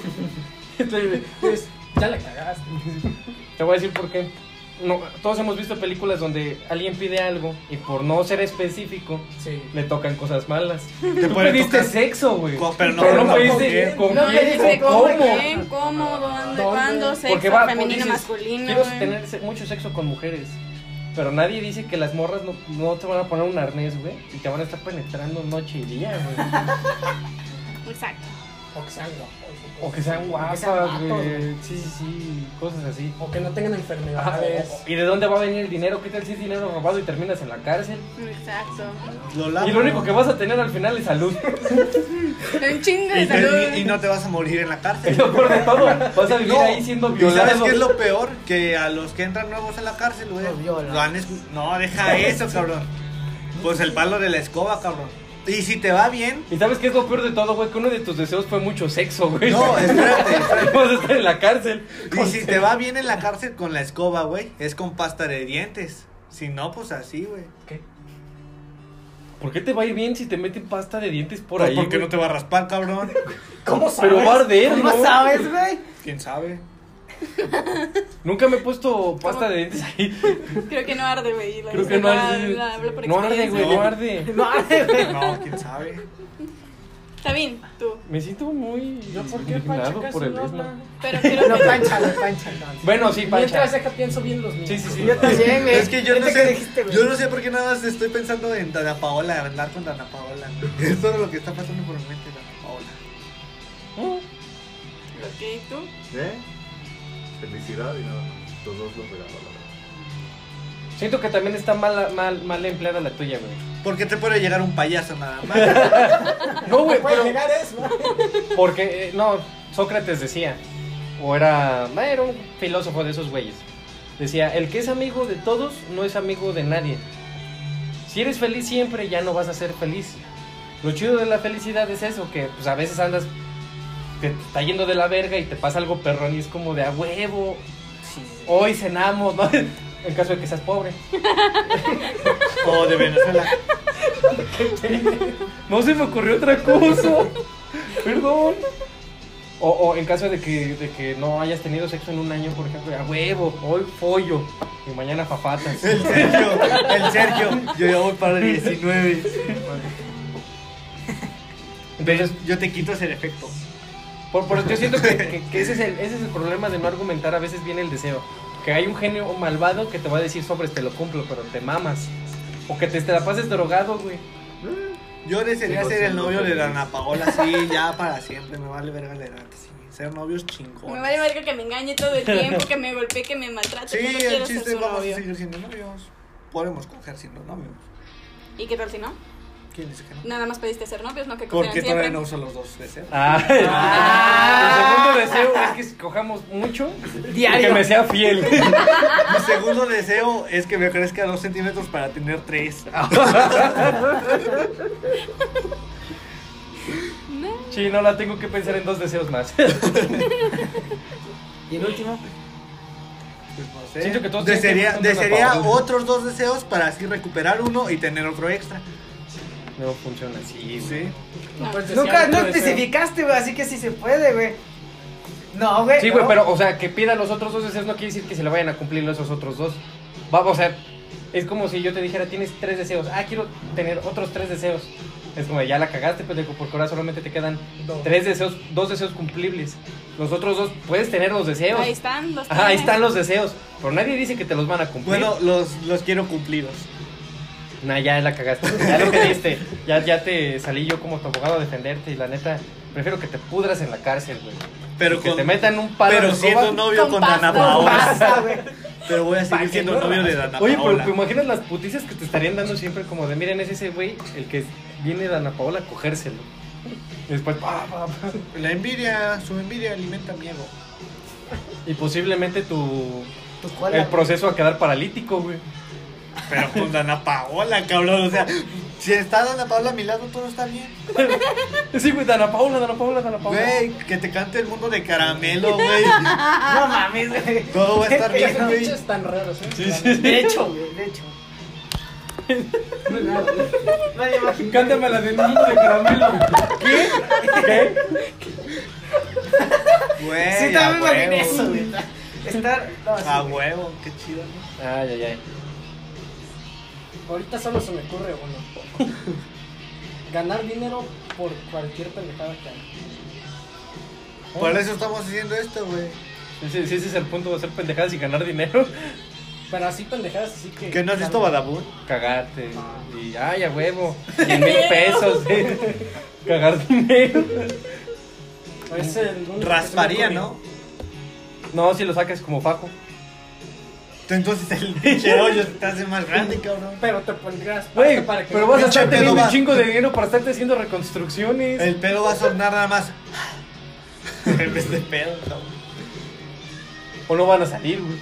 Pues, ya la cagaste. Te voy a decir por qué. No, todos hemos visto películas donde alguien pide algo y por no ser específico Sí. le tocan cosas malas. Te Tú puede pediste tocar- sexo, güey. Pero no, Pero no no, pediste ¿con con No quién pediste o con cómo. ¿Quién? ¿Cómo? ¿Dónde? ¿Dónde? ¿Cuándo? Sexo Porque va, femenino, dices, masculino. quiero güey. tener mucho sexo con mujeres. Pero nadie dice que las morras no te van a poner un arnés, güey. Y te van a estar penetrando noche y día, güey. Exacto. O que sean guapos. O que sean guapas, guatos, güey. Sí, cosas así. O que no tengan Ajá, enfermedades. ¿y de dónde va a venir el dinero? ¿Qué tal si es dinero robado y terminas en la cárcel? Exacto. Y lo único que vas a tener al final es salud. Un chingo de Y, salud. y no te vas a morir en la Es cárcel. lo peor de todo. Vas a vivir No. ahí siendo ¿Y sabes violado. qué es lo peor? Que a los que entran nuevos en la cárcel, güey, Los violan. lo han no, deja eso, cabrón. Pues el palo de la escoba, cabrón. Y si te va bien, ¿Y sabes qué es lo peor de todo, güey? Que uno de tus deseos fue mucho sexo, güey. no, espérate. Y vas a estar en la cárcel. Y si te va bien en la cárcel con la escoba, güey, es con pasta de dientes. Si no, pues así, güey. ¿Por qué te va a ir bien si te meten pasta de dientes por Pues ahí? porque güey? no te va a raspar, cabrón. ¿Cómo sabes? Pero va a arder, ¿Cómo ¿no? sabes, güey? ¿Quién sabe? Nunca me he puesto pasta de dientes ahí. Creo que no arde, güey. Creo que no arde. Hablo por No arde, experiencia. güey, no arde. No, güey. No, quién sabe. Está bien, tú. Me siento muy ¿Yo por qué indignado Pancha por casi el no ESMA. habla? Pero quiero No, que... pancha, no. Bueno, sí, Pancha. Mientras deja pienso bien los míos. Sí, sí, sí. Yo también, güey. Es que yo no Ahorita que sé, dijiste, güey. yo no sé por qué nada más estoy pensando en Dana Paola, andar con Dana Paola. Es todo lo que está pasando por mi mente, Dana Paola. Ok, tú. Felicidad y nada más. Los dos los regaló, la verdad. Siento que también está mal empleada la tuya, güey. ¿Por qué te puede llegar un payaso nada más? No, güey, Puede pero... llegar eso. Porque, no, Sócrates decía, o era un filósofo de esos güeyes, decía, el que es amigo de todos no es amigo de nadie. Si eres feliz siempre, ya no vas a ser feliz. Lo chido de la felicidad es eso, que pues a veces andas, te está yendo de la verga y te pasa algo perrón y es como de a huevo, hoy cenamos, ¿no? En caso de que seas pobre. O de Venezuela. No se me ocurrió otra cosa. Perdón. O en caso de que no hayas tenido sexo en un año, por ejemplo, a huevo, hoy pollo y mañana papatas. El Sergio. Yo ya voy para 19. Entonces, Yo te quito ese defecto. yo siento que ese es el problema de no argumentar a veces bien el deseo. Que hay un genio malvado que te va a decir sobres, te lo cumplo, pero te mamas. O que te la pases drogado, güey. Yo desearía Sí, ser el sí, novio sí. de Dana Paola, sí, ya para siempre. Me vale verga la edad, sí. Ser novios chingones. Me vale verga que me engañe todo el tiempo, que me golpee, que me maltrate. Sí, Solo el quiero ser chiste su vamos novio. a seguir siendo novios. Podemos coger siendo novios. ¿Y qué tal si no? ¿Quién dice que no? Nada más pediste ser novios, no que cogieran Porque siempre. todavía no uso los dos deseos. El segundo deseo es que escojamos mucho y que me sea fiel. Mi segundo deseo es que me crezca 2 centímetros para tener 3. Sí, no la tengo que pensar en 2 deseos más. ¿Y el último? Pues no sé. Siento que todos tienen que Desearía responder a favor. otros 2 deseos para así recuperar uno y tener otro extra. No funciona así, güey. Sí. No. puedes Nunca, desear no otro deseo. especificaste, güey, así que sí se puede, güey. No, güey. Sí, güey, no. pero, o sea, que pida los otros 2 deseos no quiere decir que se le vayan a cumplir esos otros 2. Vamos, o sea, es como si yo te dijera, tienes 3 deseos. Ah, quiero tener otros 3 deseos. Es como, ya la cagaste, pendejo, porque ahora solamente te quedan 3 deseos, 2 deseos cumplibles. Los otros 2, puedes tener los deseos. Ahí están los Ajá, ahí tienes. están los deseos. Pero nadie dice que te los van a cumplir. Bueno, los quiero cumplidos. Nah, ya la cagaste. Ya lo que diste. Ya te salí yo como tu abogado a defenderte. Y la neta, prefiero que te pudras en la cárcel, güey. Pero Que te metan un palo pero de siendo escoba. novio Con con pasta. Dana Basta, Paola. güey. Pero voy a Pa' seguir que siendo no novio de raspe. Dana Oye, Paola. pero imaginas las putizas que te estarían dando siempre como de, miren, es ese güey el que viene Dana Paola a cogérselo. Y después, La envidia, su envidia alimenta miedo. y posiblemente Pues, ¿cuál el la- proceso a quedar paralítico, güey. Pero con Dana Paola, cabrón. O sea, si está Dana Paola a mi lado, todo está bien. Sí, güey, Dana Paola. Güey, que te cante el mundo de caramelo, güey. No mames, güey. Todo va a estar bien, Qué güey. pinches tan raros, ¿eh? Sí. De hecho, güey, de hecho. Nadie va a Cántame la del niño de caramelo. ¿Qué? Güey, Sí, a también me imaginé huevo. eso, güey. Estar. No, sí, A güey. huevo, qué chido, ¿no? Ay. Ahorita solo se me ocurre uno. Ganar dinero por cualquier pendejada que haga. Por eso estamos haciendo esto, güey. Sí, ese es el punto de hacer pendejadas y ganar dinero. Pero así pendejadas, así que... ¿Que no has visto Badabun? Cagarte. Y ay, a huevo. 100,000 pesos. Cagar dinero. Es el único que Rasparía, se me ¿no? ocurrió. No, si lo sacas como Faco. Entonces el pinche hoyo se te hace más grande, cabrón. Pero te pondrías Güey, pasta para que... pero vas a Pinche estar pedo teniendo un va. chingo de dinero para estarte haciendo reconstrucciones. El pedo va a sonar nada más. En vez de pedo, cabrón. O no van a salir, güey.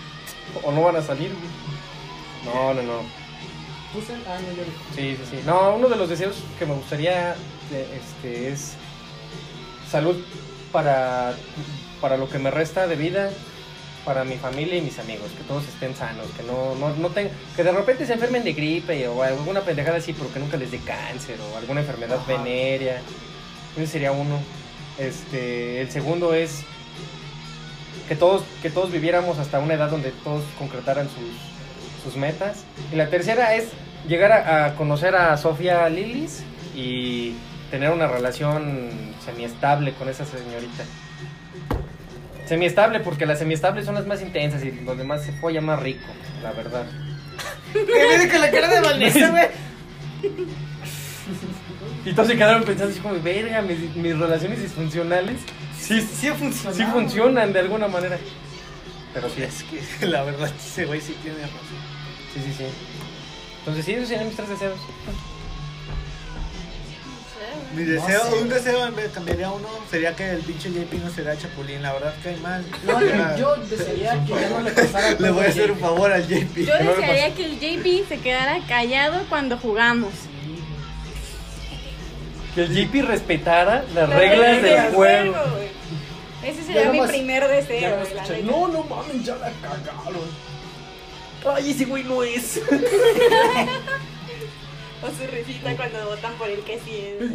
No. Puse... Ah, no, yo no. Sí. No, uno de los deseos que me gustaría es salud para lo que me resta de vida, para mi familia y mis amigos, que todos estén sanos, que no tengan, que de repente se enfermen de gripe o alguna pendejada así, pero que nunca les dé cáncer o alguna enfermedad venérea. Ese sería uno. El segundo es que todos viviéramos hasta una edad donde todos concretaran sus metas. Y la tercera es llegar a conocer a Sofía Lilis y tener una relación semiestable con esa señorita. Semiestable, porque las semiestables son las más intensas y los demás se folla más rico, la verdad. ¿Qué viene con la cara de Vanessa, güey? Y todos se quedaron pensando así como, verga, mis relaciones disfuncionales sí funciona. sí funcionan de alguna manera. Pero sí, Es que la verdad ese güey sí tiene razón. sí. Entonces sí, esos serían mis 3 deseos. Mi deseo, un deseo me cambiaría uno, sería que el pinche JP no será chapulín, la verdad cae mal. No, yo desearía que ya no le pasara Le todo voy a al hacer un JP. favor al JP. Yo Que no le desearía que el JP se quedara callado cuando jugamos. Que el JP respetara las reglas del juego. güey. Ese sería Ya mi nomás- primer Ya deseo. no güey, la escuché, neta. no mames, ya la cagaron. Ay, ese güey no es. O su risita cuando votan por el que sí es.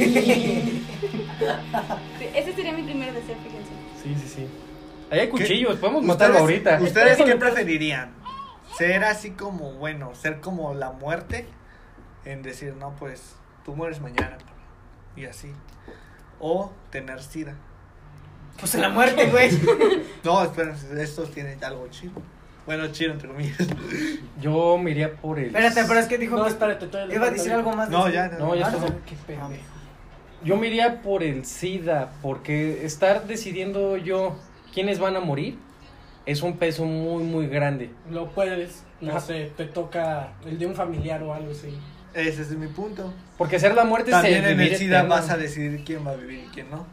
Sí, ese sería mi primer deseo, fíjense. Sí. Ahí hay cuchillos, podemos ¿Ustedes- matarlo ahorita. ¿Ustedes qué preferirían? ¿Ser así como, bueno, ser como la muerte? En decir, no, pues, tú mueres mañana. Y así. O tener sida. Pues la muerte, güey. No, esperen, estos tienen algo chido. Bueno, chido, entre comillas. Yo me iría por el... Espérate, pero es que dijo No, que espérate, todavía le iba a falta decir algo. algo más. No, de- ya, No, ya Ah, está. Qué pendejo. Yo me iría por el SIDA, porque estar decidiendo yo quiénes van a morir es un peso muy, muy grande. Lo puedes, no Ajá. sé, te toca el de un familiar o algo así. Ese es mi punto. Porque ser la muerte También es en vivir el SIDA eterno. vas a decidir quién va a vivir y quién no.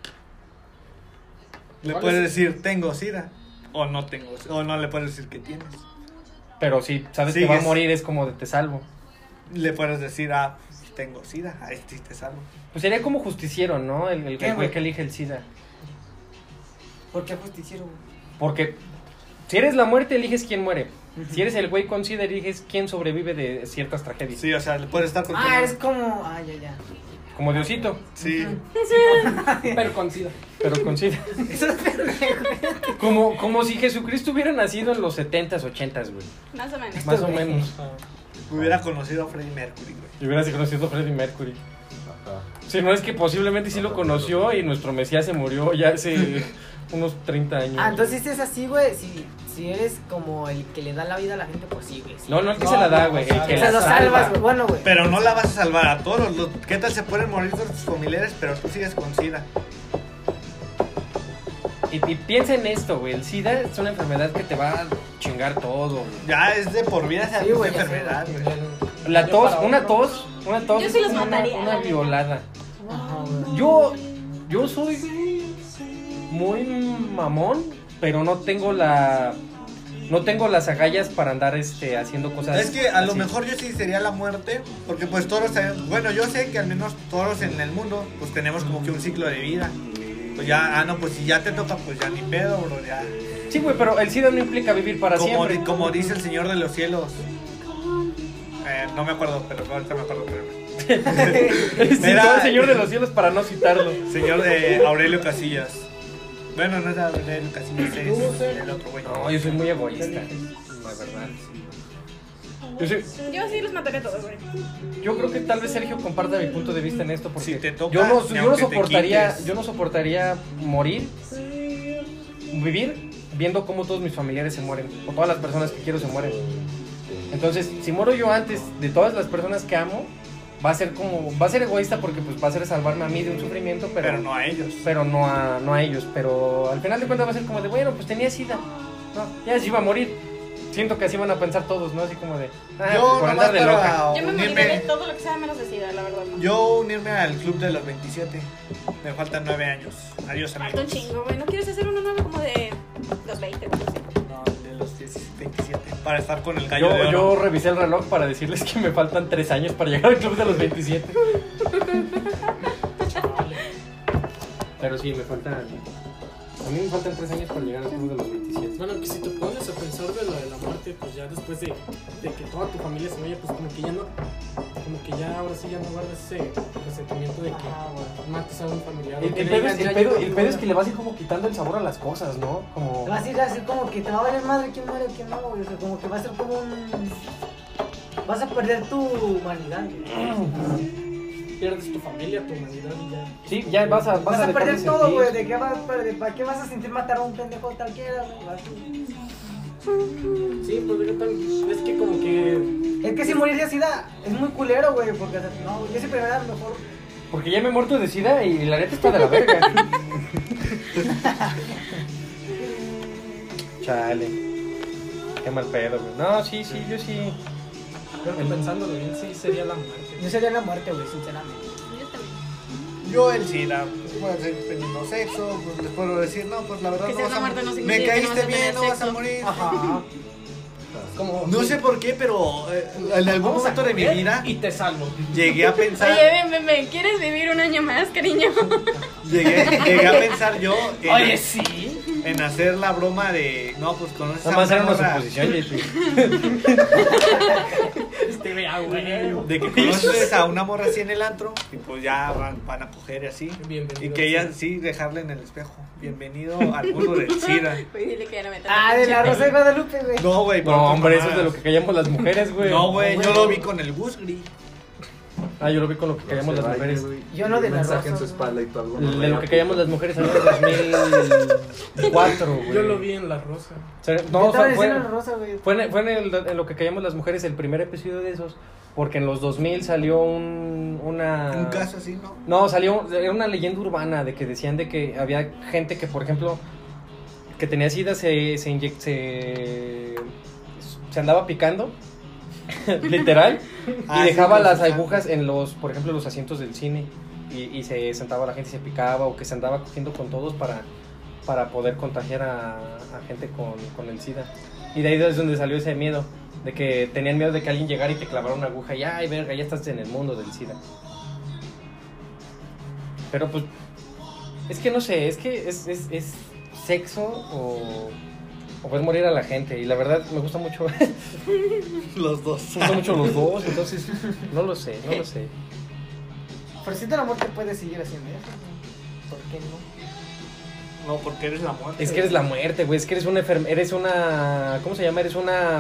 Le ¿Cuál puedes es? decir, tengo SIDA. O no tengo, o no le puedes decir que tienes. Pero si sabes que va a Sigues. morir, es como de te salvo. Le puedes decir, tengo SIDA, ahí sí te salvo. Pues sería como justiciero, ¿no? El ¿Qué, güey güey? que elige el SIDA. ¿Por qué justiciero, güey? Porque si eres la muerte, eliges quién muere. Si eres el güey con SIDA, eliges quién sobrevive de ciertas tragedias. Sí, o sea, le puedes estar Ah, controlando. eres como. Ah, ya. Como Diosito, Sí. Pero con SIDA. pero con SIDA. Eso es pendejo. Como si Jesucristo hubiera nacido en los 70s, 80s, güey. Más o menos. Más o menos. Hubiera conocido a Freddie Mercury, güey. Y hubieras conocido a Freddie Mercury. Ajá. Si no es que posiblemente sí lo conoció y nuestro Mesías se murió ya hace unos 30 años. Ah, entonces si es así, güey. Si eres como el que le da la vida a la gente, pues sí, güey. Sí. No, el que se la da, güey. El que O la sea, lo salva. salvas, güey. Bueno, güey. Pero no la vas a salvar a todos. ¿Qué tal se pueden morir todos tus familiares, pero tú sigues con SIDA? Y piensa en esto, güey. El SIDA es una enfermedad que te va a chingar todo, güey. Ya es de por vida esa Sí, güey, ya sé, enfermedad, güey. güey. La tos, una tos Yo sí los es mataría, una la neta. violada. Ajá, güey. Yo soy muy mamón, pero no tengo las agallas para andar haciendo cosas. Es que a lo así. mejor yo sí sería la muerte, porque pues todos sabemos, bueno, yo sé que al menos todos en el mundo pues tenemos como que un ciclo de vida. Pues ya, no, pues si ya te toca, pues ya ni pedo, bro, ya. Sí, güey, pero el SIDA no implica vivir para siempre. Como dice el Señor de los Cielos. No me acuerdo, pero ahorita me acuerdo. Sí, Mira, todo el Señor de los Cielos para no citarlo. Señor de Aurelio Casillas. Bueno, no es Aurelio Casillas, es el otro güey. No, yo soy muy egoísta, la verdad. Yo sí los mataría a todos, güey. Yo creo que tal vez Sergio comparta mi punto de vista en esto porque Si te toca, yo ni no aunque te soportaría, quites. yo no soportaría vivir viendo cómo todos mis familiares se mueren o todas las personas que quiero se mueren. Entonces, si muero yo antes de todas las personas que amo, va a ser egoísta porque pues va a ser salvarme a mí de un sufrimiento, Pero no a ellos. pero no a ellos, pero al final de cuentas va a ser como de, bueno, pues tenía SIDA. No, ya se iba a morir. Siento que así van a pensar todos, ¿no? Así como de, Yo por nomás andar de para loca. Yo me moriría de unirme, todo lo que sea menos de SIDA, la verdad. No. yo unirme al club de los 27. Me faltan 9 años. Adiós, Falta un amigos. chingo, güey. ¿No quieres hacer uno nuevo como de los 20 o algo así? No, de los 27. Para estar con el gallo de oro. Yo revisé el reloj para decirles que me faltan 3 años para llegar al club de los 27. Pero sí, me faltan. A mí me faltan 3 años para llegar al club de los 27. Bueno, que si te pones a pensar de lo de la muerte, pues ya después de que toda tu familia se vaya, pues como que ya no, como que ya ahora sí ya no guardas ese resentimiento de que mates a un familiar. El o que pedo, digas, es, "Ya el pedo- llegó el mi pedo hora". es que le vas a ir como quitando el sabor a las cosas, ¿no? Como... Va a ser así como que te va a valer madre quién muere, quién no, güey. O sea, como que va a ser como un. Vas a perder tu humanidad, güey. Pierdes tu familia, tu humanidad y ya. Sí, ya vas a Vas a dejar perder de todo, sentir. güey. ¿De qué vas a perder? ¿Para qué vas a sentir matar a un pendejo cualquiera, güey? Vas a- Sí, pues yo también, es que como que Es que si morir de SIDA es muy culero, güey. Porque, o sea, no, yo siempre era mejor. Porque ya me he muerto de SIDA y la neta está de la verga. Chale. Qué mal pedo, güey. No, sí, yo sí. creo que pensándolo bien sí sería la muerte. Yo sería la muerte, güey, sinceramente. Yo también. Yo el SIDA, pues, voy a seguir teniendo sexo, pues les puedo decir, no, pues la verdad Que no seas vas a la muerte no morir. significa Me que no caíste vas a tener bien, no vas a sexo. morir. Ajá. Como, No sé por qué, pero en algún vamos a momento de mi comer vida y te salvo. llegué a pensar, Oye, ven, ¿quieres vivir un año más, cariño? llegué a pensar yo sí. en hacer la broma de, no, pues conoces Nada más a era una una morra, suposición, JP. Vea, güey. de que conoces a una morra así en el antro y pues ya van a coger y así. Bienvenido Y que ella sí dejarle en el espejo. Bienvenido al mundo del SIDA. Güey, dile que ya no me Ah, de la Rosa de Guadalupe, güey. No, güey, por No, otras hombre, eso es de mamadas. lo que callamos las mujeres, güey. No, güey, yo lo vi con el Gusgri. Ah, yo lo vi con lo que callamos las mujeres. Yo no de la mensaje en Rosa, su espalda y todo. De lo que callamos las mujeres en el 2004, güey. Yo lo vi en La Rosa. O sea, Yo no, estaba fue, diciendo la Rosa, güey. en lo que callamos las mujeres, el primer episodio de esos. Porque en los 2000 salió una... Un caso así, ¿no? No, era una leyenda urbana de que decían de que había gente que, por ejemplo, que tenía SIDA, se andaba picando literal, Ah, y dejaba sí, las pues, agujas en los, por ejemplo, los asientos del cine. Y se sentaba la gente y se picaba, o que se andaba cogiendo con todos para poder contagiar a gente con el SIDA. Y de ahí es donde salió ese miedo, de que tenían miedo de que alguien llegara y te clavara una aguja y ay, verga, ya estás en el mundo del SIDA. Pero pues, es que no sé, es que es sexo o puedes morir a la gente. Y la verdad me gusta mucho, Los dos. me gustan mucho los dos, entonces no lo sé. Pero si te la muerte puedes seguir haciendo eso. ¿Por qué no? No, porque eres la muerte. Es que eres la muerte, güey, es que eres una eres una, ¿cómo se llama? Eres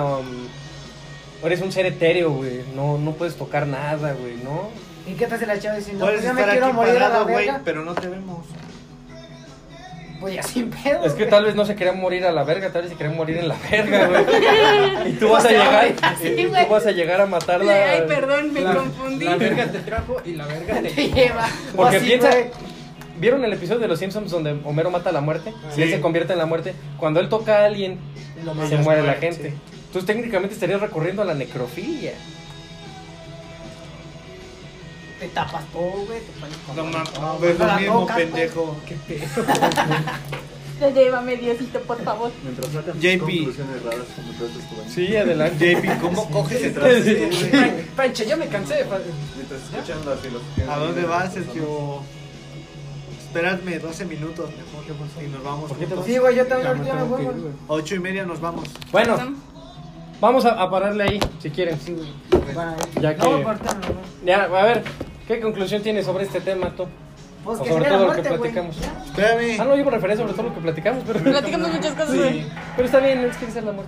un ser etéreo, güey, no puedes tocar nada, güey, ¿no? ¿Y qué te hace la chava diciendo? Puedes Pues ya me estar quiero aquí morir a la parado, güey, verga. pero no te vemos. Pues ya sin pedo. Es que güey. tal vez no se querían morir a la verga, tal vez se querían morir en la verga, güey. Y tú vas a llegar, y güey. tú vas a llegar a matarla. Ay, perdón, me confundí. La verga te trajo y la verga Te te... lleva. Porque O así, piensa, güey. ¿vieron el episodio de Los Simpsons donde Homero mata a la muerte? Sí. Y él se convierte en la muerte. Cuando él toca a alguien, Lo se mandas muere a la muerte, gente. sí. Entonces técnicamente estarías recurriendo a la necrofilia. Te tapas todo, güey. Te pones con No mames, todo, es lo la mismo, boca, pendejo. Qué pedo. Llévame, Diosito, por favor. Mientras sacan JP. conclusiones raras, como tú estás jugando. Sí, adelante. JP, ¿cómo coges el Sí. Pancha, ya me cansé. Mientras escuchan las filosofías. ¿A dónde vas, Sergio? Espérame 12 minutos mejor y nos vamos. ¿Por qué te juntos. Sí, güey, yo también ahorita me voy, güey. 8:30 nos vamos. Bueno, vamos a pararle ahí, si quieren. Sí, güey. Bye. Ya que- No, cortame, güey. Ya, a ver, ¿qué conclusión tienes sobre este tema, tú? Pues O que sobre sería todo la lo que muerte, güey. platicamos. Ya. Espérame. Ah, no, yo me refería sobre todo lo que platicamos, pero... Platicamos muchas cosas, Sí, güey. pero está bien, es que esa es la muerte.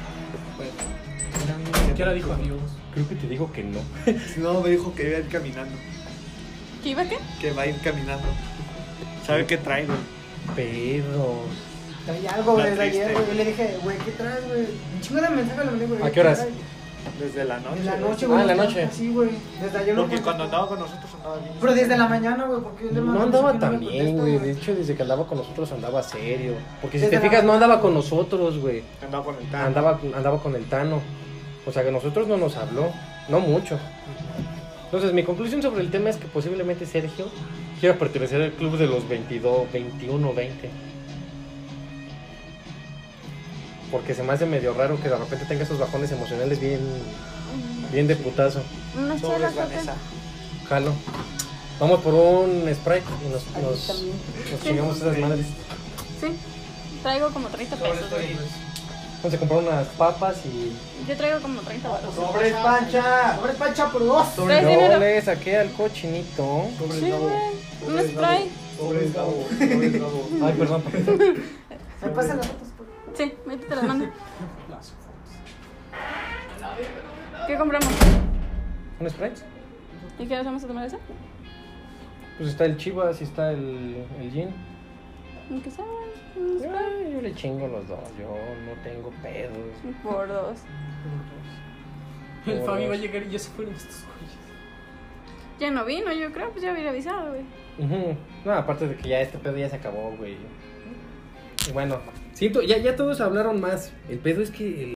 ¿Qué hora dijo adiós? Creo que te digo que no. No, me dijo que iba a ir caminando. ¿Qué iba qué? Que va a ir caminando. ¿Sabe qué traigo? Pedo. Traía algo, güey, desde triste. ayer, güey. Yo le dije, güey, ¿qué traes, güey? Un chingo de mensajes le mandé, güey. ¿A qué horas? Desde la noche. En la noche, Ah, güey. en la noche. Sí, güey. Desde ayer Porque no cuando andaba con nosotros andaba bien. Pero desde la mañana, güey, porque yo le mandé No andaba mensaje y tan me bien, contesta, güey. De hecho, desde que andaba con nosotros andaba serio. Porque si Desde te la fijas, no mañana, andaba con güey. nosotros, güey. Andaba con el Tano. Andaba con el Tano. O sea, que nosotros no nos habló. No mucho. Entonces, mi conclusión sobre el tema es que posiblemente Sergio quiera pertenecer al club de los 22, 21, 20. Porque se me hace medio raro que de repente tenga esos bajones emocionales bien de putazo. Unas Sobres, chelas, Vanessa. Jalo. Vamos por un Sprite y Ahí nos también. chingamos esas madres. Sí. Traigo como 30 pesos, güey. Vamos a comprar unas papas y Yo traigo como 30 baros. ¡Sobres, Pancha! Sobre pancha por dos. ¿Traes yo dinero? le saqué al cochinito. Sí, güey. Un spray. Sobres Gabo, sobres Gabo. Ay, perdón. Me pasan las fotos, por Sí, ahorita te las mando. ¿Qué compramos? ¿Un Sprite? ¿Y qué vamos a tomar eso? Pues está el Chivas y está el gin. Aunque sea un spray. Ay, yo le chingo los dos, yo no tengo pedos. Por dos. El Fabi va a llegar y ya se fueron estos güeyes. Ya no vino, yo creo, pues ya hubiera avisado, güey. Ujú. No, aparte de que ya este pedo ya se acabó, güey. Y bueno, siento, ya todos hablaron más. El pedo es que